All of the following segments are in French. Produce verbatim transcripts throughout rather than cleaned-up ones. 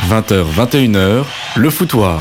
vingt heures vingt et une heures, le foutoir.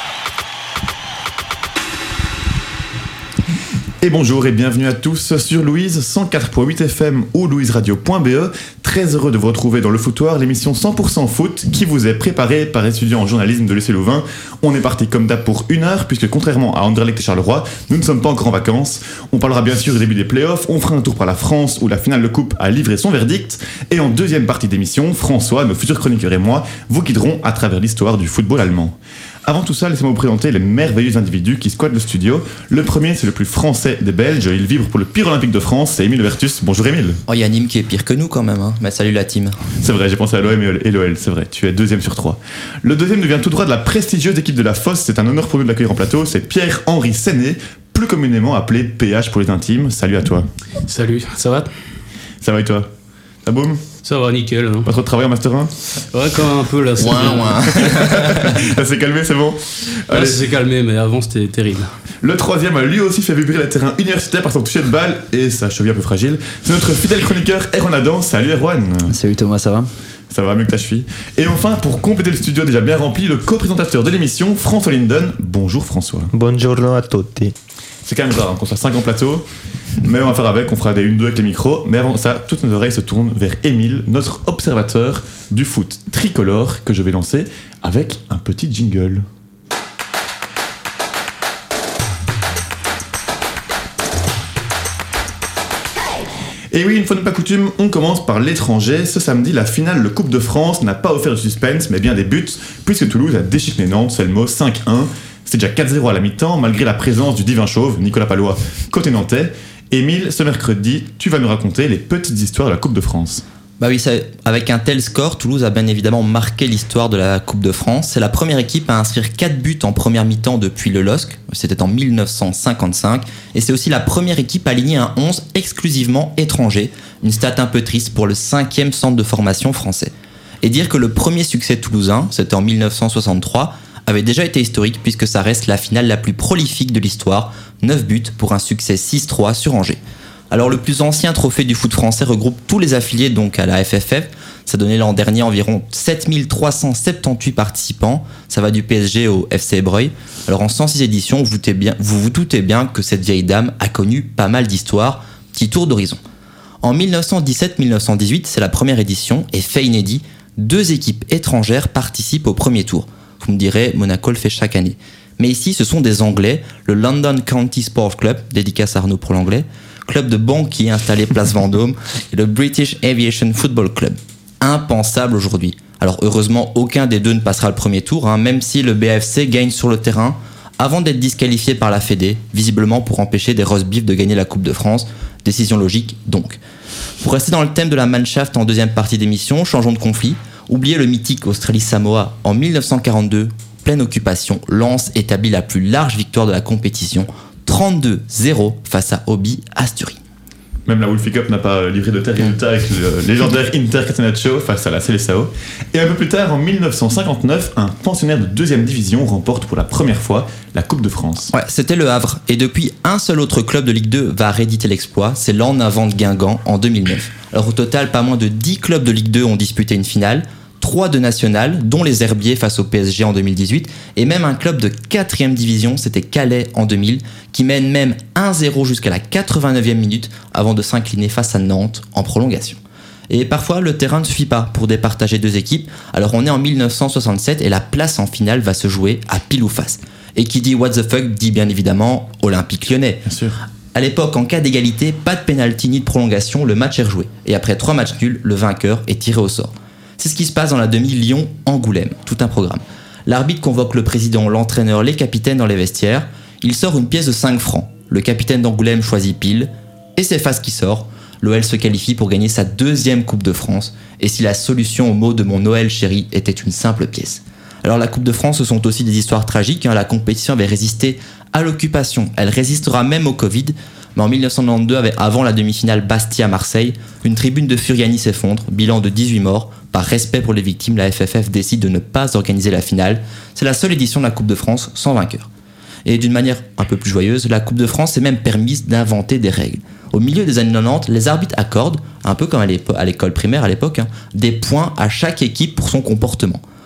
Et bonjour et bienvenue à tous sur Louise cent quatre point huit F M ou louise radio point b e. Très heureux de vous retrouver dans le foutoir, l'émission cent pour cent foot qui vous est préparée par étudiants en journalisme de l'U C Louvain. On est parti comme d'hab pour une heure puisque contrairement à Anderlecht et Charleroi, nous ne sommes pas encore en vacances. On parlera bien sûr du début des playoffs, on fera un tour par la France où la finale de coupe a livré son verdict. Et en deuxième partie d'émission, François, nos futurs chroniqueurs et moi vous guiderons à travers l'histoire du football allemand. Avant tout ça, laissez-moi vous présenter les merveilleux individus qui squattent le studio. Le premier, c'est le plus français des Belges. Il vibre pour le pire olympique de France, c'est Émile Vertus. Bonjour Émile. Oh, il y a Nîmes qui est pire que nous quand même. Hein. Mais salut la team. C'est vrai, j'ai pensé à l'O M et l'O L, c'est vrai. Tu es deuxième sur trois. Le deuxième nous vient tout droit de la prestigieuse équipe de la Fosse. C'est un honneur pour nous de l'accueillir en plateau. C'est Pierre-Henri Séné, plus communément appelé P H pour les intimes. Salut à toi. Salut, ça va ? Ça va et toi ? Ça boum ? Ça va, nickel. Hein. Pas trop de travail en Master un ? Ouais, quand même un peu là. Ouin, ouin. Ça s'est calmé, c'est bon ? Là, ça s'est calmé, mais avant c'était terrible. Le troisième a lui aussi fait vibrer le terrain universitaire par son toucher de balle et sa cheville un peu fragile. C'est notre fidèle chroniqueur Erwan Adam. Salut Erwan. Salut Thomas, ça va ? Ça va mieux que ta cheville. Et enfin, pour compléter le studio déjà bien rempli, le co-présentateur de l'émission, François Linden. Bonjour François. Buongiorno a tutti. C'est quand même rare hein, qu'on soit cinq en plateau, mais on va faire avec, on fera des une deux avec les micros. Mais avant ça, toutes nos oreilles se tournent vers Émile, notre observateur du foot tricolore, que je vais lancer avec un petit jingle. Et oui, une fois n'est pas coutume, on commence par l'étranger. Ce samedi, la finale de Coupe de France n'a pas offert de suspense, mais bien des buts, puisque Toulouse a déchiffré Nantes, c'est le mot, cinq un. C'est déjà quatre zéro à la mi-temps, malgré la présence du divin chauve, Nicolas Palois, côté nantais. Émile, ce mercredi, tu vas nous raconter les petites histoires de la Coupe de France. Bah oui, ça, avec un tel score, Toulouse a bien évidemment marqué l'histoire de la Coupe de France. C'est la première équipe à inscrire quatre buts en première mi-temps depuis le L O S C, c'était en dix-neuf cent cinquante-cinq, et c'est aussi la première équipe à aligner un onze exclusivement étranger, une stat un peu triste pour le cinquième centre de formation français. Et dire que le premier succès toulousain, c'était en dix-neuf cent soixante-trois, avait déjà été historique puisque ça reste la finale la plus prolifique de l'histoire, neuf buts pour un succès six trois sur Angers. Alors le plus ancien trophée du foot français regroupe tous les affiliés donc à la F F F, ça donnait l'an dernier environ sept mille trois cent soixante-dix-huit participants, ça va du P S G au F C Breuil. Alors en cent six éditions, vous, bien, vous vous doutez bien que cette vieille dame a connu pas mal d'histoires, petit tour d'horizon. En dix-neuf cent dix-sept dix-neuf cent dix-huit, c'est la première édition et fait inédit, deux équipes étrangères participent au premier tour. Vous me direz, Monaco le fait chaque année. Mais ici, ce sont des Anglais, le London County Sport Club, dédicace à Arnaud pour l'anglais, club de banquiers installé place Vendôme, et le British Aviation Football Club. Impensable aujourd'hui. Alors heureusement, aucun des deux ne passera le premier tour, hein, même si le B F C gagne sur le terrain, avant d'être disqualifié par la Fédé, visiblement pour empêcher des roast beef de gagner la Coupe de France. Décision logique, donc. Pour rester dans le thème de la Mannschaft en deuxième partie d'émission, changeons de conflit. Oubliez le mythique Australie-Samoa en dix-neuf cent quarante-deux, pleine occupation, Lens établit la plus large victoire de la compétition, trente-deux zéro face à Obi Asturie. Même la Wolfie Cup n'a pas livré de tels résultats avec le légendaire Inter Catenaccio face à la Seleção. Et un peu plus tard, en dix-neuf cent cinquante-neuf, un pensionnaire de deuxième division remporte pour la première fois la Coupe de France. Ouais, c'était le Havre. Et depuis, un seul autre club de Ligue deux va rééditer l'exploit, c'est l'En Avant de Guingamp en deux mille neuf. Alors au total, pas moins de dix clubs de Ligue deux ont disputé une finale, trois de nationales, dont les Herbiers face au P S G en deux mille dix-huit, et même un club de quatrième division, c'était Calais en deux mille, qui mène même un zéro jusqu'à la quatre-vingt-neuvième minute avant de s'incliner face à Nantes en prolongation. Et parfois, le terrain ne suffit pas pour départager deux équipes, alors on est en dix-neuf cent soixante-sept et la place en finale va se jouer à pile ou face. Et qui dit what the fuck dit bien évidemment Olympique Lyonnais. Bien sûr. À l'époque, en cas d'égalité, pas de pénalty ni de prolongation, le match est rejoué. Et après trois matchs nuls, le vainqueur est tiré au sort. C'est ce qui se passe dans la demi Lyon-Angoulême, tout un programme. L'arbitre convoque le président, l'entraîneur, les capitaines dans les vestiaires. Il sort une pièce de cinq francs. Le capitaine d'Angoulême choisit pile. Et c'est Face qui sort. L'O L se qualifie pour gagner sa deuxième Coupe de France. Et si la solution au mot de mon Noël chéri était une simple pièce. Alors la Coupe de France, ce sont aussi des histoires tragiques. Hein. La compétition avait résisté à l'occupation. Elle résistera même au Covid. Mais en dix-neuf cent quatre-vingt-douze, avant la demi-finale Bastia-Marseille, une tribune de Furiani s'effondre, bilan de dix-huit morts. Par respect pour les victimes, la F F F décide de ne pas organiser la finale. C'est la seule édition de la Coupe de France sans vainqueur. Et d'une manière un peu plus joyeuse, la Coupe de France s'est même permise d'inventer des règles. Au milieu des années quatre-vingt-dix, les arbitres accordent, un peu comme à l'école primaire à l'époque, hein, des points à chaque équipe pour son comportement.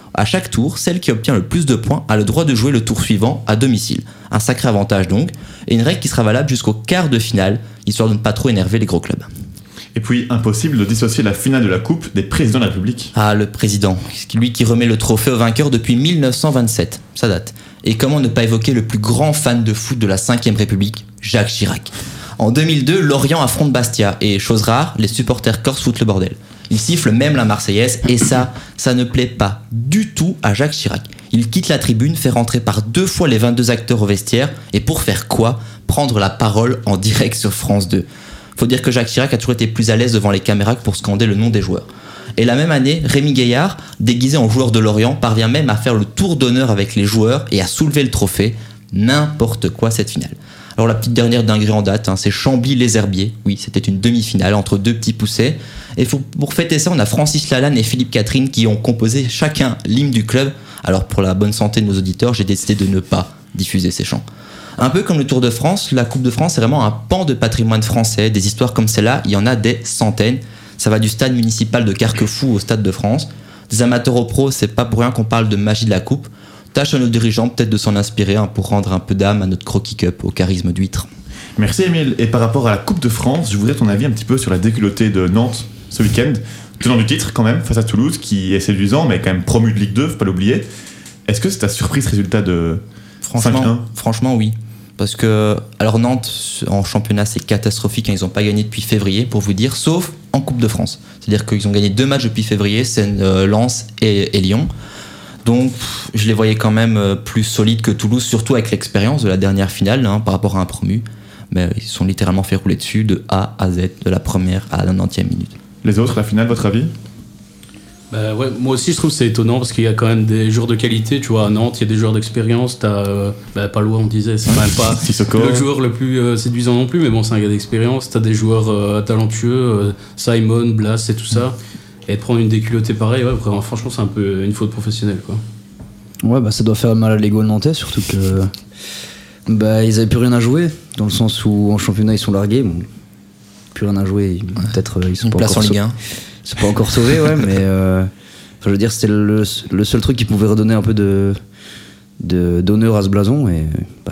À chaque tour, celle qui obtient le plus de points a le droit de jouer le tour suivant à domicile. Un sacré avantage donc, et une règle qui sera valable jusqu'au quart de finale, histoire de ne pas trop énerver les gros clubs. Et puis, impossible de dissocier la finale de la Coupe des présidents de la République. Ah, le président, lui qui remet le trophée au vainqueur depuis dix-neuf cent vingt-sept, ça date. Et comment ne pas évoquer le plus grand fan de foot de la cinquième République, Jacques Chirac. En deux mille deux, Lorient affronte Bastia, et chose rare, les supporters corses foutent le bordel. Ils sifflent même la Marseillaise, et ça, ça ne plaît pas du tout à Jacques Chirac. Il quitte la tribune, fait rentrer par deux fois les vingt-deux acteurs au vestiaire, et pour faire quoi ? Prendre la parole en direct sur France deux. Faut dire que Jacques Chirac a toujours été plus à l'aise devant les caméras que pour scander le nom des joueurs. Et la même année, Rémi Gaillard, déguisé en joueur de Lorient, parvient même à faire le tour d'honneur avec les joueurs et à soulever le trophée. N'importe quoi cette finale. Alors la petite dernière dinguerie en date, hein, c'est Chambly-les Herbiers. Oui, c'était une demi-finale entre deux petits poussets. Et pour, pour fêter ça, on a Francis Lalanne et Philippe Catherine qui ont composé chacun l'hymne du club. Alors pour la bonne santé de nos auditeurs, j'ai décidé de ne pas diffuser ces chants. Un peu comme le Tour de France, la Coupe de France est vraiment un pan de patrimoine français. Des histoires comme celle-là, il y en a des centaines. Ça va du stade municipal de Carquefou au Stade de France. Des amateurs aux pros, c'est pas pour rien qu'on parle de magie de la Coupe. Tâche à nos dirigeants peut-être de s'en inspirer hein, pour rendre un peu d'âme à notre croquis cup au charisme d'huître. Merci Émile. Et par rapport à la Coupe de France, je voudrais ton avis un petit peu sur la déculottée de Nantes ce week-end. Tenant du titre quand même, face à Toulouse, qui est séduisant, mais quand même promu de Ligue deux, faut pas l'oublier. Est-ce que c'est ta surprise résultat de franchement, cinq un ? Franchement, oui. Parce que, alors Nantes, en championnat, c'est catastrophique. Hein, ils n'ont pas gagné depuis février, pour vous dire, sauf en Coupe de France. C'est-à-dire qu'ils ont gagné deux matchs depuis février, c'est euh, Lens et, et Lyon. Donc, je les voyais quand même euh, plus solides que Toulouse, surtout avec l'expérience de la dernière finale, hein, par rapport à un promu. Mais ils se sont littéralement fait rouler dessus de A à Z, de la première à la quatre-vingtième minute. Les autres, la finale, votre avis ? Bah ouais, moi aussi je trouve que c'est étonnant parce qu'il y a quand même des joueurs de qualité, tu vois, à Nantes il y a des joueurs d'expérience, t'as euh, bah, Palois on disait, c'est quand même pas le joueur le plus euh, séduisant non plus, mais bon c'est un gars d'expérience, t'as des joueurs euh, talentueux, euh, Simon, Blas et tout ça, et de prendre une déculottée pareille, ouais, vraiment, franchement c'est un peu une faute professionnelle quoi. Ouais bah ça doit faire mal à l'ego nantais, surtout que bah ils avaient plus rien à jouer, dans le sens où en championnat ils sont largués, bon, plus rien à jouer, ouais. Peut-être ils sont une pas place encore en Ligue un. C'est pas encore sauvé, ouais, mais euh, je veux dire, c'était le, le seul truc qui pouvait redonner un peu de, de, d'honneur à ce blason. Et bah,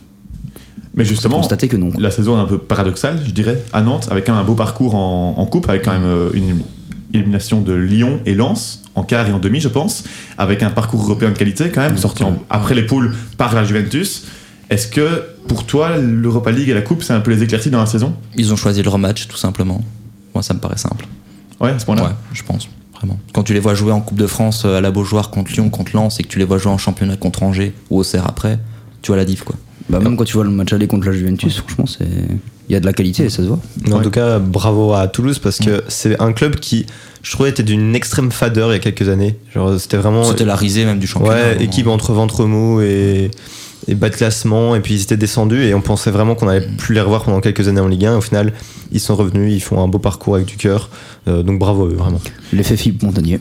mais justement, constater que non. La saison est un peu paradoxale, je dirais, à Nantes, avec quand même un beau parcours en, en coupe, avec quand même une élimination de Lyon et Lens, en quart et en demi, je pense, avec un parcours européen de qualité quand même, sorti en, après les poules par la Juventus. Est-ce que, pour toi, l'Europa League et la Coupe, c'est un peu les éclaircies dans la saison ? Ils ont choisi le rematch, tout simplement. Moi, ça me paraît simple. Ouais, à ce point-là. Ouais, je pense, vraiment. Quand tu les vois jouer en Coupe de France à la Beaujoire contre Lyon, contre Lens, et que tu les vois jouer en championnat contre Angers ou Auxerre après, tu vois la diff, quoi. Bah, même quand tu vois le match aller contre la Juventus, franchement, c'est... il y a de la qualité, ça se voit. Mais en ouais. tout cas, bravo à Toulouse parce que c'est un club qui, je trouvais, était d'une extrême fadeur il y a quelques années. Genre, c'était vraiment. C'était la risée même du championnat. Ouais, vraiment. équipe entre ventre mou et. et bas de classement, et puis ils étaient descendus et on pensait vraiment qu'on allait plus les revoir pendant quelques années en Ligue un. Au final, ils sont revenus, ils font un beau parcours avec du cœur, euh, donc bravo à eux, vraiment. L'effet Philippe Montagnier.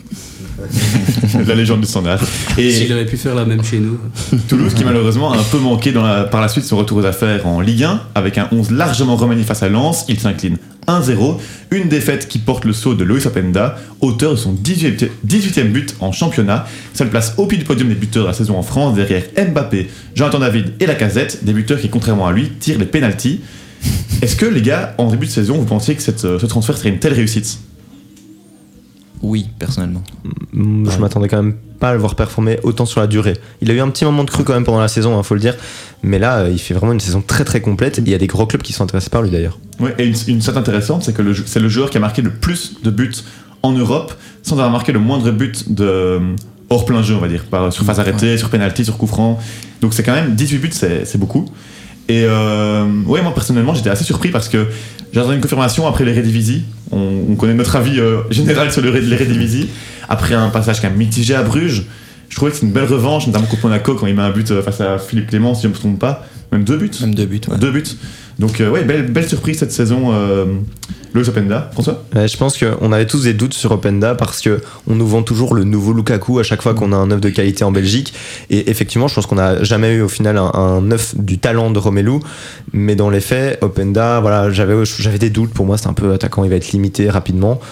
La légende du standard. Et s'il avait pu faire la même chez nous. Toulouse qui malheureusement a un peu manqué dans la, par la suite son retour aux affaires en Ligue un, avec un onze largement remanié face à Lens, il s'incline un zéro, une défaite qui porte le sceau de Loïs Openda, auteur de son dix-huitième but en championnat. Ça le place au pied du podium des buteurs de la saison en France, derrière Mbappé, Jonathan David et Lacazette, des buteurs qui, contrairement à lui, tirent les pénaltys. Est-ce que les gars, en début de saison, vous pensiez que cette, ce transfert serait une telle réussite ? Oui, personnellement. Je ouais. m'attendais quand même pas à le voir performer autant sur la durée. Il a eu un petit moment de creux quand même pendant la saison, hein, faut le dire. Mais là, il fait vraiment une saison très très complète. Il y a des gros clubs qui sont intéressés par lui d'ailleurs. Ouais, et une, une stat intéressante, c'est que le, c'est le joueur qui a marqué le plus de buts en Europe sans avoir marqué le moindre but de hors plein jeu, on va dire, par surface arrêtée, ouais. sur penalty, sur coup franc. Donc c'est quand même dix-huit buts, c'est, c'est beaucoup. Et euh, ouais, moi personnellement, j'étais assez surpris parce que j'attendais une confirmation après l'Eredivisie. On, on connaît notre avis euh, général sur l'Eredivisie. Après un passage quand même mitigé à Bruges, je trouvais que c'est une belle revanche, notamment contre Monaco quand il met un but face à Philippe Clément, si je ne me trompe pas. Même deux buts. Même deux buts, ouais. Deux buts. Donc euh, ouais, belle, belle surprise cette saison. Euh, Loïs Openda, François ? Ouais, je pense qu'on avait tous des doutes sur Openda parce qu'on nous vend toujours le nouveau Lukaku à chaque fois qu'on a un neuf de qualité en Belgique. Et effectivement, je pense qu'on n'a jamais eu au final un, un neuf du talent de Romelu. Mais dans les faits, Openda, voilà, j'avais, j'avais des doutes. Pour moi, c'est un peu attaquant, il va être limité rapidement.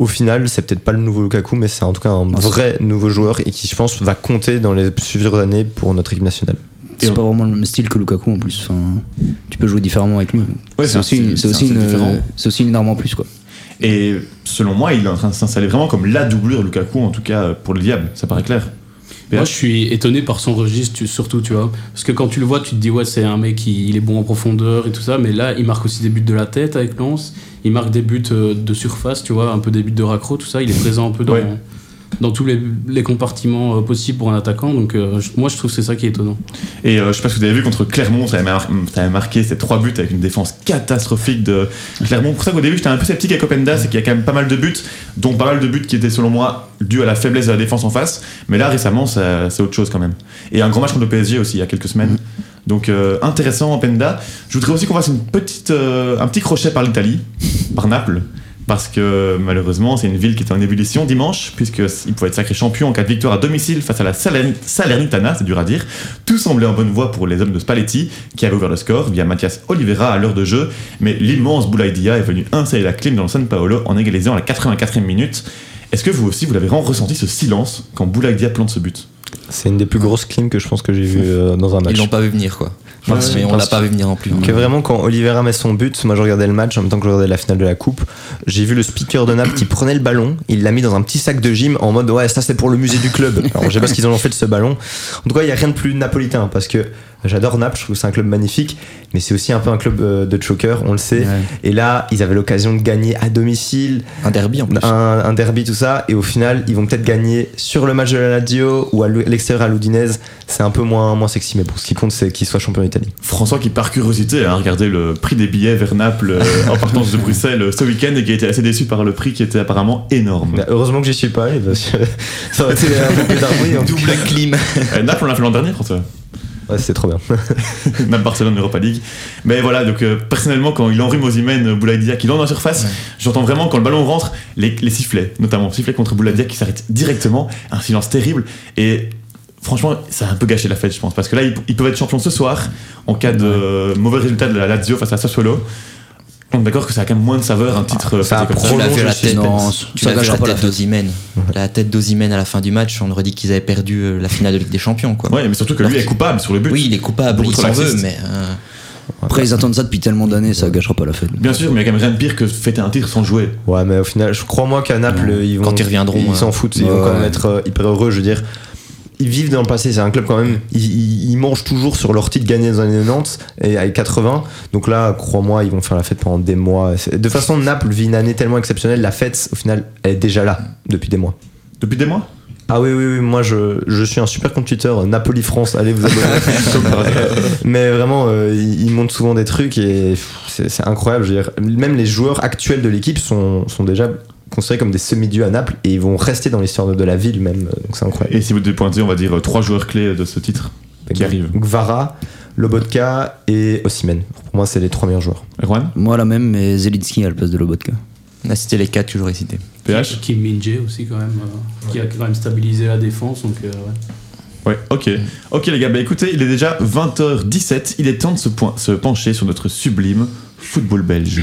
au final, c'est peut-être pas le nouveau Lukaku, mais c'est en tout cas un vrai nouveau joueur et qui, je pense, va compter dans les futures années pour notre équipe nationale. C'est et pas on... vraiment le même style que Lukaku en plus. Enfin, tu peux jouer différemment avec lui. Ouais, c'est, c'est, aussi, c'est, aussi une, c'est aussi une arme en plus, quoi. Et selon moi, il est en train de s'installer vraiment comme la doublure Lukaku, en tout cas pour le diable, ça paraît clair. Moi, je suis étonné par son registre, tu, surtout, tu vois. Parce que quand tu le vois, tu te dis, ouais, c'est un mec qui il est bon en profondeur et tout ça. Mais là, il marque aussi des buts de la tête avec Lens. Il marque des buts de surface, tu vois, un peu des buts de raccro, tout ça. Il est présent un peu dans, ouais. dans tous les, les compartiments possibles pour un attaquant. Donc, euh, je, moi, je trouve que c'est ça qui est étonnant. Et euh, je sais pas si vous avez vu contre Clermont, ça avait, mar- ça avait marqué ces trois buts avec une défense catastrophique de Clermont. Pour ça qu'au début, j'étais un peu sceptique avec Openda, c'est qu'il y a quand même pas mal de buts, dont pas mal de buts qui étaient, selon moi, dus à la faiblesse de la défense en face. Mais là, récemment, ça, c'est autre chose quand même. Et un grand match contre le P S G aussi, il y a quelques semaines. Donc euh, intéressant Openda. Je voudrais aussi qu'on fasse une petite, euh, un petit crochet par l'Italie, par Naples, parce que malheureusement c'est une ville qui est en ébullition dimanche, puisqu'ils pouvaient être sacrés champions en cas de victoire à domicile face à la Salern- Salernitana, c'est dur à dire. Tout semblait en bonne voie pour les hommes de Spalletti, qui avaient ouvert le score via Mathias Oliveira à l'heure de jeu, mais l'immense Boulaye Dia est venu installer la clim dans le San Paolo en égalisant à la quatre-vingt-quatrième minute. Est-ce que vous aussi vous l'avez vraiment ressenti, ce silence quand Boulaye Dia plante ce but? C'est une des plus grosses clims que je pense que j'ai vu euh, dans un match. Ils l'ont pas vu venir, quoi. Ouais, mais on l'a pas vu venir non plus. Que vraiment, quand Oliveira met son but, moi je regardais le match en même temps que je regardais la finale de la coupe, j'ai vu le speaker de Naples qui prenait le ballon, il l'a mis dans un petit sac de gym en mode ouais, ça c'est pour le musée du club. Alors je sais pas ce qu'ils en ont fait de ce ballon. En tout cas, il y a rien de plus napolitain parce que j'adore Naples, je trouve que c'est un club magnifique, mais c'est aussi un peu un club de choker, on le sait. Ouais. Et là, ils avaient l'occasion de gagner à domicile. Un derby en plus. Un, un derby, tout ça. Et au final, ils vont peut-être gagner sur le match de la Lazio ou à l'extérieur à l'Udinese. C'est un peu moins, moins sexy, mais pour ce qui compte, c'est qu'ils soient champions d'Italie. François qui, par curiosité, a regardé le prix des billets vers Naples euh, en partance de Bruxelles ce week-end et qui a été assez déçu par le prix qui était apparemment énorme. Bah, heureusement que j'y suis pas allé parce que ça aurait été un peu plus d'armonie. Double clim. euh, Naples, on l'a fait l'an dernier, François. Ouais, c'est trop bien. Même Barcelone, Europa League. Mais voilà, donc euh, personnellement, quand il enrhume Osimhen, Boulaye Dia qui lance en surface, ouais. j'entends vraiment quand le ballon rentre, les, les sifflets, notamment sifflets contre Boulaye Dia qui s'arrête directement, un silence terrible. Et franchement, ça a un peu gâché la fête, je pense, parce que là, ils, ils peuvent être champions ce soir en cas de ouais. mauvais résultat de la Lazio face à Sassuolo. On est d'accord que ça a quand même moins de saveur un titre ah, ça comme ça. Tu l'as vu la tête, non, tu l'as vu la tête d'Osimhen. La tête d'Osimhen à la fin du match, on aurait dit qu'ils avaient perdu la finale de Ligue des Champions, quoi. Ouais, mais surtout que lui est coupable sur le but. Oui, il est coupable, il s'en veut, mais. Euh... Après, ils attendent ça depuis tellement d'années, ça gâchera pas la fête. Bien sûr, mais il y a quand même rien de pire que fêter un titre sans jouer. Ouais, mais au final, je crois-moi qu'à Naples, ouais. ils vont. Quand ils reviendront, ils ouais. s'en foutent, ils ouais, vont quand même être euh, hyper heureux, je veux dire. Ils vivent dans le passé, c'est un club quand même, ils, ils mangent toujours sur leur titre gagné dans les années quatre-vingt-dix et avec quatre-vingts, donc là, crois-moi, ils vont faire la fête pendant des mois. De toute façon, Naples vit une année tellement exceptionnelle, la fête, au final, elle est déjà là, depuis des mois. Depuis des mois ? Ah oui, oui, oui, moi je, je suis un super compte Twitter, Napoli France, allez vous abonner. Mais vraiment, euh, ils, ils montrent souvent des trucs et c'est, c'est incroyable, je veux dire, même les joueurs actuels de l'équipe sont, sont déjà considérés comme des semi-dieux à Naples et ils vont rester dans l'histoire de, de la ville même, donc c'est incroyable. Et si vous devez pointer, on va dire trois joueurs clés de ce titre qui G- arrivent. Gvara, Lobotka et Osimhen. Pour moi, c'est les trois meilleurs joueurs. Et Juan ? Moi la même, mais Zelinski à la place de Lobotka. Là, c'était les quatre que j'aurais cités. P H ? Kim Min-jae aussi quand même, euh, ouais. qui a quand même stabilisé la défense, donc euh, ouais. Ouais, ok. Ok les gars, bah écoutez, il est déjà vingt heures dix-sept, il est temps de se, point, se pencher sur notre sublime football belge.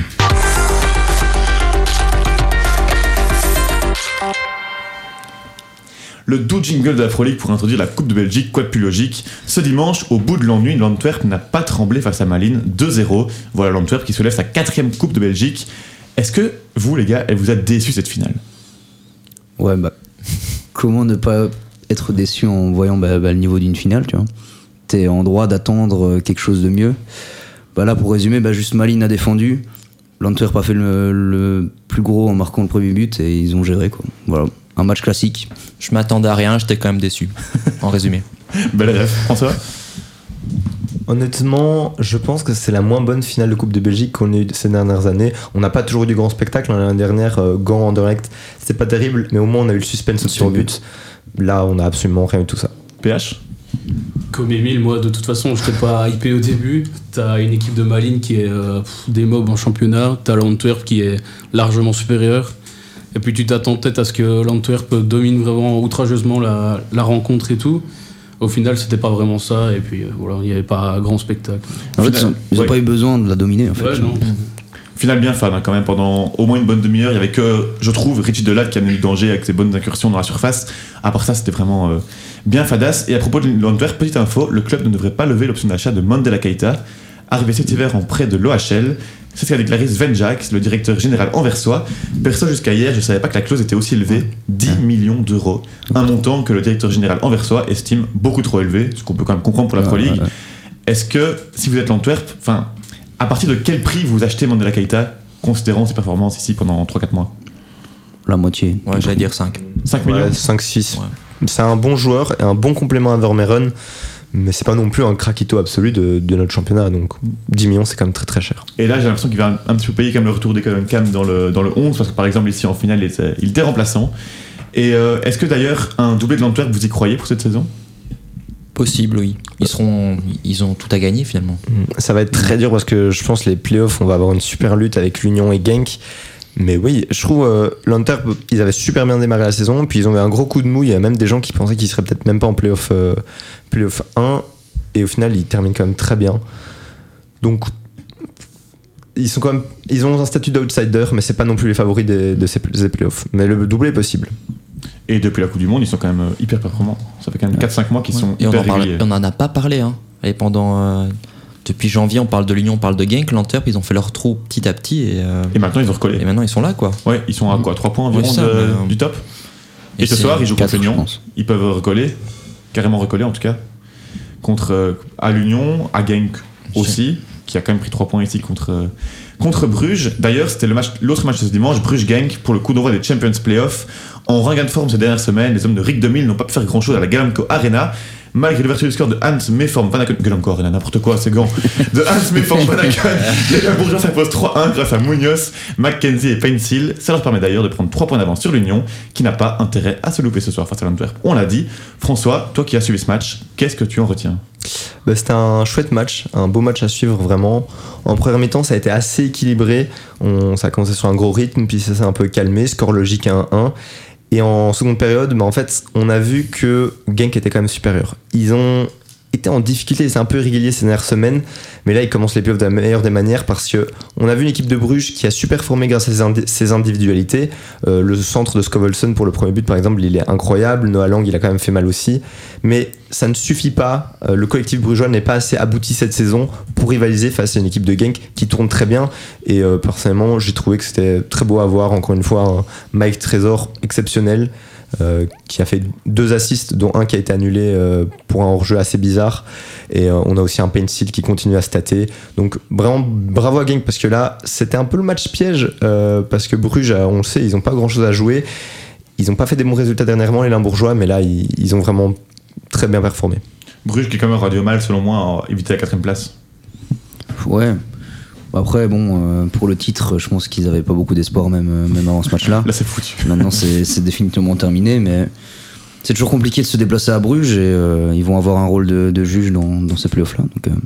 Le doux jingle de la Pro League pour introduire la Coupe de Belgique, quoi de plus logique. Ce dimanche, au bout de l'ennui, l'Antwerp n'a pas tremblé face à Malines, deux zéro. Voilà l'Antwerp qui soulève sa quatrième Coupe de Belgique. Est-ce que vous les gars, elle vous a déçu cette finale ? Ouais, bah comment ne pas être déçu en voyant bah, bah, le niveau d'une finale, tu vois. T'es en droit d'attendre quelque chose de mieux. Bah là, pour résumer, bah, juste Malines a défendu. L'Antwerp a fait le, le plus gros en marquant le premier but et ils ont géré, quoi. Voilà, un match classique. Je m'attendais à rien, j'étais quand même déçu, en résumé. Belle rêve, François ? Honnêtement, je pense que c'est la moins bonne finale de Coupe de Belgique qu'on ait eu ces dernières années. On n'a pas toujours eu du grand spectacle. L'année dernière, euh, Gand en direct, c'était pas terrible, mais au moins on a eu le suspense au tir au but. Là, on a absolument rien eu de tout ça. P H ? Comme Émile, moi de toute façon, je n'étais pas hypé au début. T'as une équipe de Malines qui est euh, pff, des mobs en championnat. T'as l'Antwerp qui est largement supérieur. Et puis tu t'attends peut-être à ce que l'Antwerp domine vraiment outrageusement la, la rencontre et tout. Au final, c'était pas vraiment ça, et puis euh, voilà, il n'y avait pas grand spectacle. En fait, ils n'ont ouais. pas eu besoin de la dominer. En fait. Ouais, non. Finale bien fun hein, quand même, pendant au moins une bonne demi-heure. Il y avait que, je trouve, Richie Delatte qui a amené du danger avec ses bonnes incursions dans la surface. À part ça, c'était vraiment euh, bien fadasse. Et à propos de l'Antwerp, petite info, le club ne devrait pas lever l'option d'achat de Mandela Keita, arrivé cet hiver en prêt de l'O H L. C'est ce qu'a déclaré Sven Jacks, le directeur général anversois. Perso, jusqu'à hier, je ne savais pas que la clause était aussi élevée, dix millions d'euros. Un montant que le directeur général anversois estime beaucoup trop élevé, ce qu'on peut quand même comprendre pour la Pro League. Ouais, ouais. Est-ce que, si vous êtes l'Antwerp, enfin, à partir de quel prix vous achetez Mandela Keita, considérant ses performances ici pendant trois quatre mois? La moitié. Ouais, j'allais dire cinq. cinq millions ouais, cinq six. Ouais. C'est un bon joueur et un bon complément à Vermeeren. Mais c'est pas non plus un craquito absolu de, de notre championnat, donc dix millions c'est quand même très très cher. Et là j'ai l'impression qu'il va un, un petit peu payer quand même le retour d'Economicam Cam dans le, dans le onze, parce que par exemple ici en finale il était, il était remplaçant. Et euh, est-ce que d'ailleurs un doublé de l'Antwerp vous y croyez pour cette saison? Possible, oui. Ils seront, ils ont tout à gagner finalement. Ça va être très dur parce que je pense que les playoffs on va avoir une super lutte avec l'Union et Genk. Mais oui, je trouve euh, l'Antwerp, ils avaient super bien démarré la saison, puis ils ont eu un gros coup de mou. Il y a même des gens qui pensaient qu'ils seraient peut-être même pas en playoff, euh, playoff un, et au final ils terminent quand même très bien. Donc ils sont quand même, ils ont un statut d'outsider, mais c'est pas non plus les favoris des, de ces, ces playoffs. Mais le doublé est possible. Et depuis la Coupe du Monde, ils sont quand même hyper performants. Ça fait quand même quatre cinq mois qu'ils ouais. sont et hyper on en réguliers. Parle, on en a pas parlé, hein. Et pendant euh, depuis janvier, on parle de l'Union, on parle de Genk, l'Antwerp, ils ont fait leur trou petit à petit et, euh, et maintenant ils ont recollé. Et maintenant ils sont là, quoi. Ouais, ils sont à quoi, trois points environ ouais, ça, de, mais, du top. Et, et ce soir, ils jouent contre l'Union. Ils peuvent recoller, carrément recoller en tout cas, contre euh, à l'Union, à Genk aussi, qui a quand même pris trois points ici contre euh, contre Bruges. D'ailleurs, c'était le match, l'autre match de ce dimanche, Bruges-Genk pour le coup d'envoi des Champions Playoffs. En regain de forme ces dernières semaines, les hommes de Rick Demil n'ont pas pu faire grand chose à la Galamco Arena. Malgré l'ouverture du score de Hans Meform Vanaken, Galamco Arena, n'importe quoi, c'est gant, de Hans Meform Vanaken, les Limbourgeois s'imposent trois un grâce à Munoz, McKenzie et Painsil. Ça leur permet d'ailleurs de prendre trois points d'avance sur l'Union, qui n'a pas intérêt à se louper ce soir face à l'Antwerp. On l'a dit. François, toi qui as suivi ce match, qu'est-ce que tu en retiens? Bah, c'était un chouette match, un beau match à suivre vraiment. En première mi-temps, ça a été assez équilibré. On, ça a commencé sur un gros rythme, puis ça s'est un peu calmé, score logique à un un. Et en seconde période, bah en fait, on a vu que Genk était quand même supérieur. Ils ont été en difficulté, c'est un peu irrégulier ces dernières semaines, mais là ils commencent les playoffs de la meilleure des manières parce que on a vu une équipe de Bruges qui a super performé grâce à ses, indi- ses individualités. Euh, le centre de Scovelson pour le premier but par exemple, il est incroyable. Noah Lang, il a quand même fait mal aussi, mais ça ne suffit pas. Euh, le collectif brugeois n'est pas assez abouti cette saison pour rivaliser face à une équipe de Genk qui tourne très bien. Et euh, personnellement, j'ai trouvé que c'était très beau à voir. Encore une fois, un Mike Trésor exceptionnel. Euh, qui a fait deux assists dont un qui a été annulé euh, pour un hors-jeu assez bizarre, et euh, on a aussi un Painsil qui continue à stater, donc vraiment bravo à Genk parce que là c'était un peu le match piège euh, parce que Bruges, on le sait, ils n'ont pas grand chose à jouer, ils n'ont pas fait des bons résultats dernièrement les Limbourgeois, mais là ils, ils ont vraiment très bien performé. Bruges qui quand même aura du mal selon moi à éviter la quatrième place. Ouais. Après, bon, euh, pour le titre, je pense qu'ils n'avaient pas beaucoup d'espoir même, euh, même avant ce match-là. Là, c'est foutu. Maintenant, c'est, c'est définitivement terminé, mais c'est toujours compliqué de se déplacer à Bruges et euh, ils vont avoir un rôle de, de juge dans, dans ces playoffs-là. Donc, euh...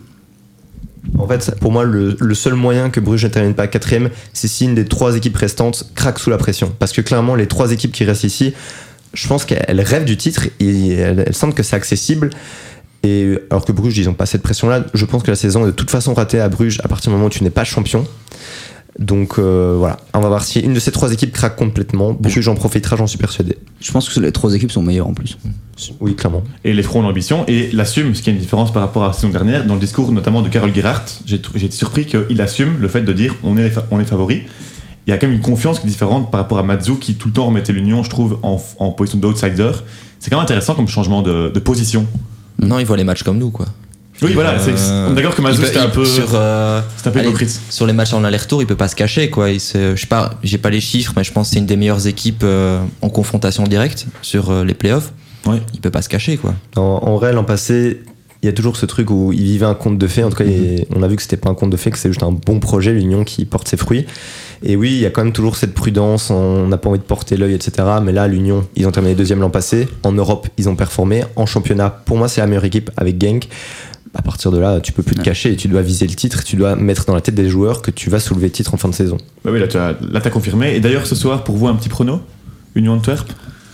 En fait, pour moi, le, le seul moyen que Bruges ne termine pas quatrième, c'est si une des trois équipes restantes craque sous la pression. Parce que clairement, les trois équipes qui restent ici, je pense qu'elles rêvent du titre et elles, elles sentent que c'est accessible. Et alors que Bruges, ils n'ont pas cette pression-là. Je pense que la saison est de toute façon ratée à Bruges à partir du moment où tu n'es pas champion. Donc euh, voilà, on va voir si une de ces trois équipes craque complètement. Bruges en profitera, j'en suis persuadé. Je pense que les trois équipes sont meilleures en plus. Oui, clairement. Et les Fronts ont l'ambition et l'assument, ce qui est une différence par rapport à la saison dernière. Dans le discours notamment de Karel Gerhardt, j'ai, j'ai été surpris qu'il assume le fait de dire on est, on est favori. Il y a quand même une confiance qui est différente par rapport à Matsu qui tout le temps remettait l'Union, je trouve, en, en position d'outsider. C'est quand même intéressant comme changement de, de position. Non, ils voient les matchs comme nous, quoi. Oui, il voilà, c'est, on est d'accord que Matsu c'était un peu, sur, euh, c'était un peu hypocrite. Sur les matchs en aller-retour, il peut pas se cacher, quoi. Il se, je sais pas, j'ai pas les chiffres, mais je pense que c'est une des meilleures équipes euh, en confrontation directe sur euh, les playoffs. Ouais. Il peut pas se cacher, quoi. En, en réel, l'an passé, il y a toujours ce truc où il vivait un conte de fées. En tout cas, mm-hmm. on a vu que c'était pas un conte de fées, que c'est juste un bon projet, l'Union qui porte ses fruits. Et oui, il y a quand même toujours cette prudence, on n'a pas envie de porter l'œil, et cetera. Mais là, l'Union, ils ont terminé deuxième l'an passé. En Europe, ils ont performé. En championnat, pour moi, c'est la meilleure équipe avec Genk. À partir de là, tu peux plus te cacher et tu dois viser le titre. Tu dois mettre dans la tête des joueurs que tu vas soulever le titre en fin de saison. Bah oui, là, tu as, là, t'as confirmé. Et d'ailleurs, ce soir, pour vous, un petit prono Union Antwerp.